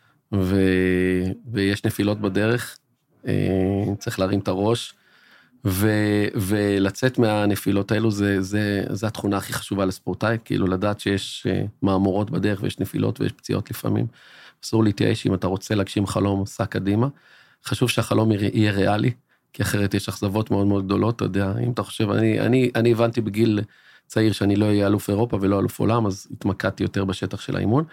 Speaker 2: ויש נפילות בדרך, צריך להרים את הראש, ולצאת מהנפילות האלו, זה התכונה הכי חשובה לספורטאי, כאילו לדעת שיש מאמורות בדרך, ויש נפילות ויש פציעות לפעמים, אסור להתייאש, אם אתה רוצה להגשים חלום, סע קדימה, חשוב שהחלום יהיה ריאלי, כי אחרת יש אכזבות מאוד מאוד גדולות, אתה יודע, אם אתה חושב, אני הבנתי בגיל צעיר שאני לא אהיה אלוף אירופה ולא אלוף עולם, אז התמקדתי יותר בשטח של האימון,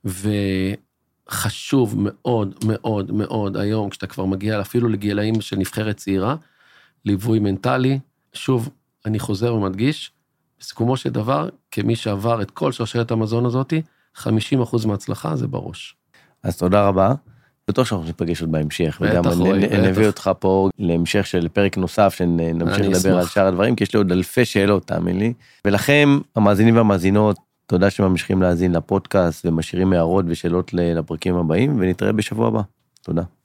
Speaker 2: וחשוב מאוד מאוד מאוד היום, כשאתה כבר מגיע אפילו לגילאים של נבחרת צעירה, ליווי מנטלי, שוב, אני חוזר ומדגיש, בסיכומו של דבר, כמי שעבר את כל שרשרת המזון הזאת, 50% מההצלחה זה בראש.
Speaker 1: אז תודה רבה, בטוח שאנחנו ניפגש עוד בהמשך, וגם
Speaker 2: בטח, רועי,
Speaker 1: נביא
Speaker 2: בטח.
Speaker 1: אותך פה להמשך של פרק נוסף, שנמשיך לדבר על שאר הדברים, כי יש לי עוד אלפי שאלות, תאמין לי. ולכם, המאזינים והמאזינות, תודה שממשיכים להאזין לפודקאסט, ומשאירים הערות ושאלות לפרקים הבאים, ונתראה בשבוע הבא. תודה.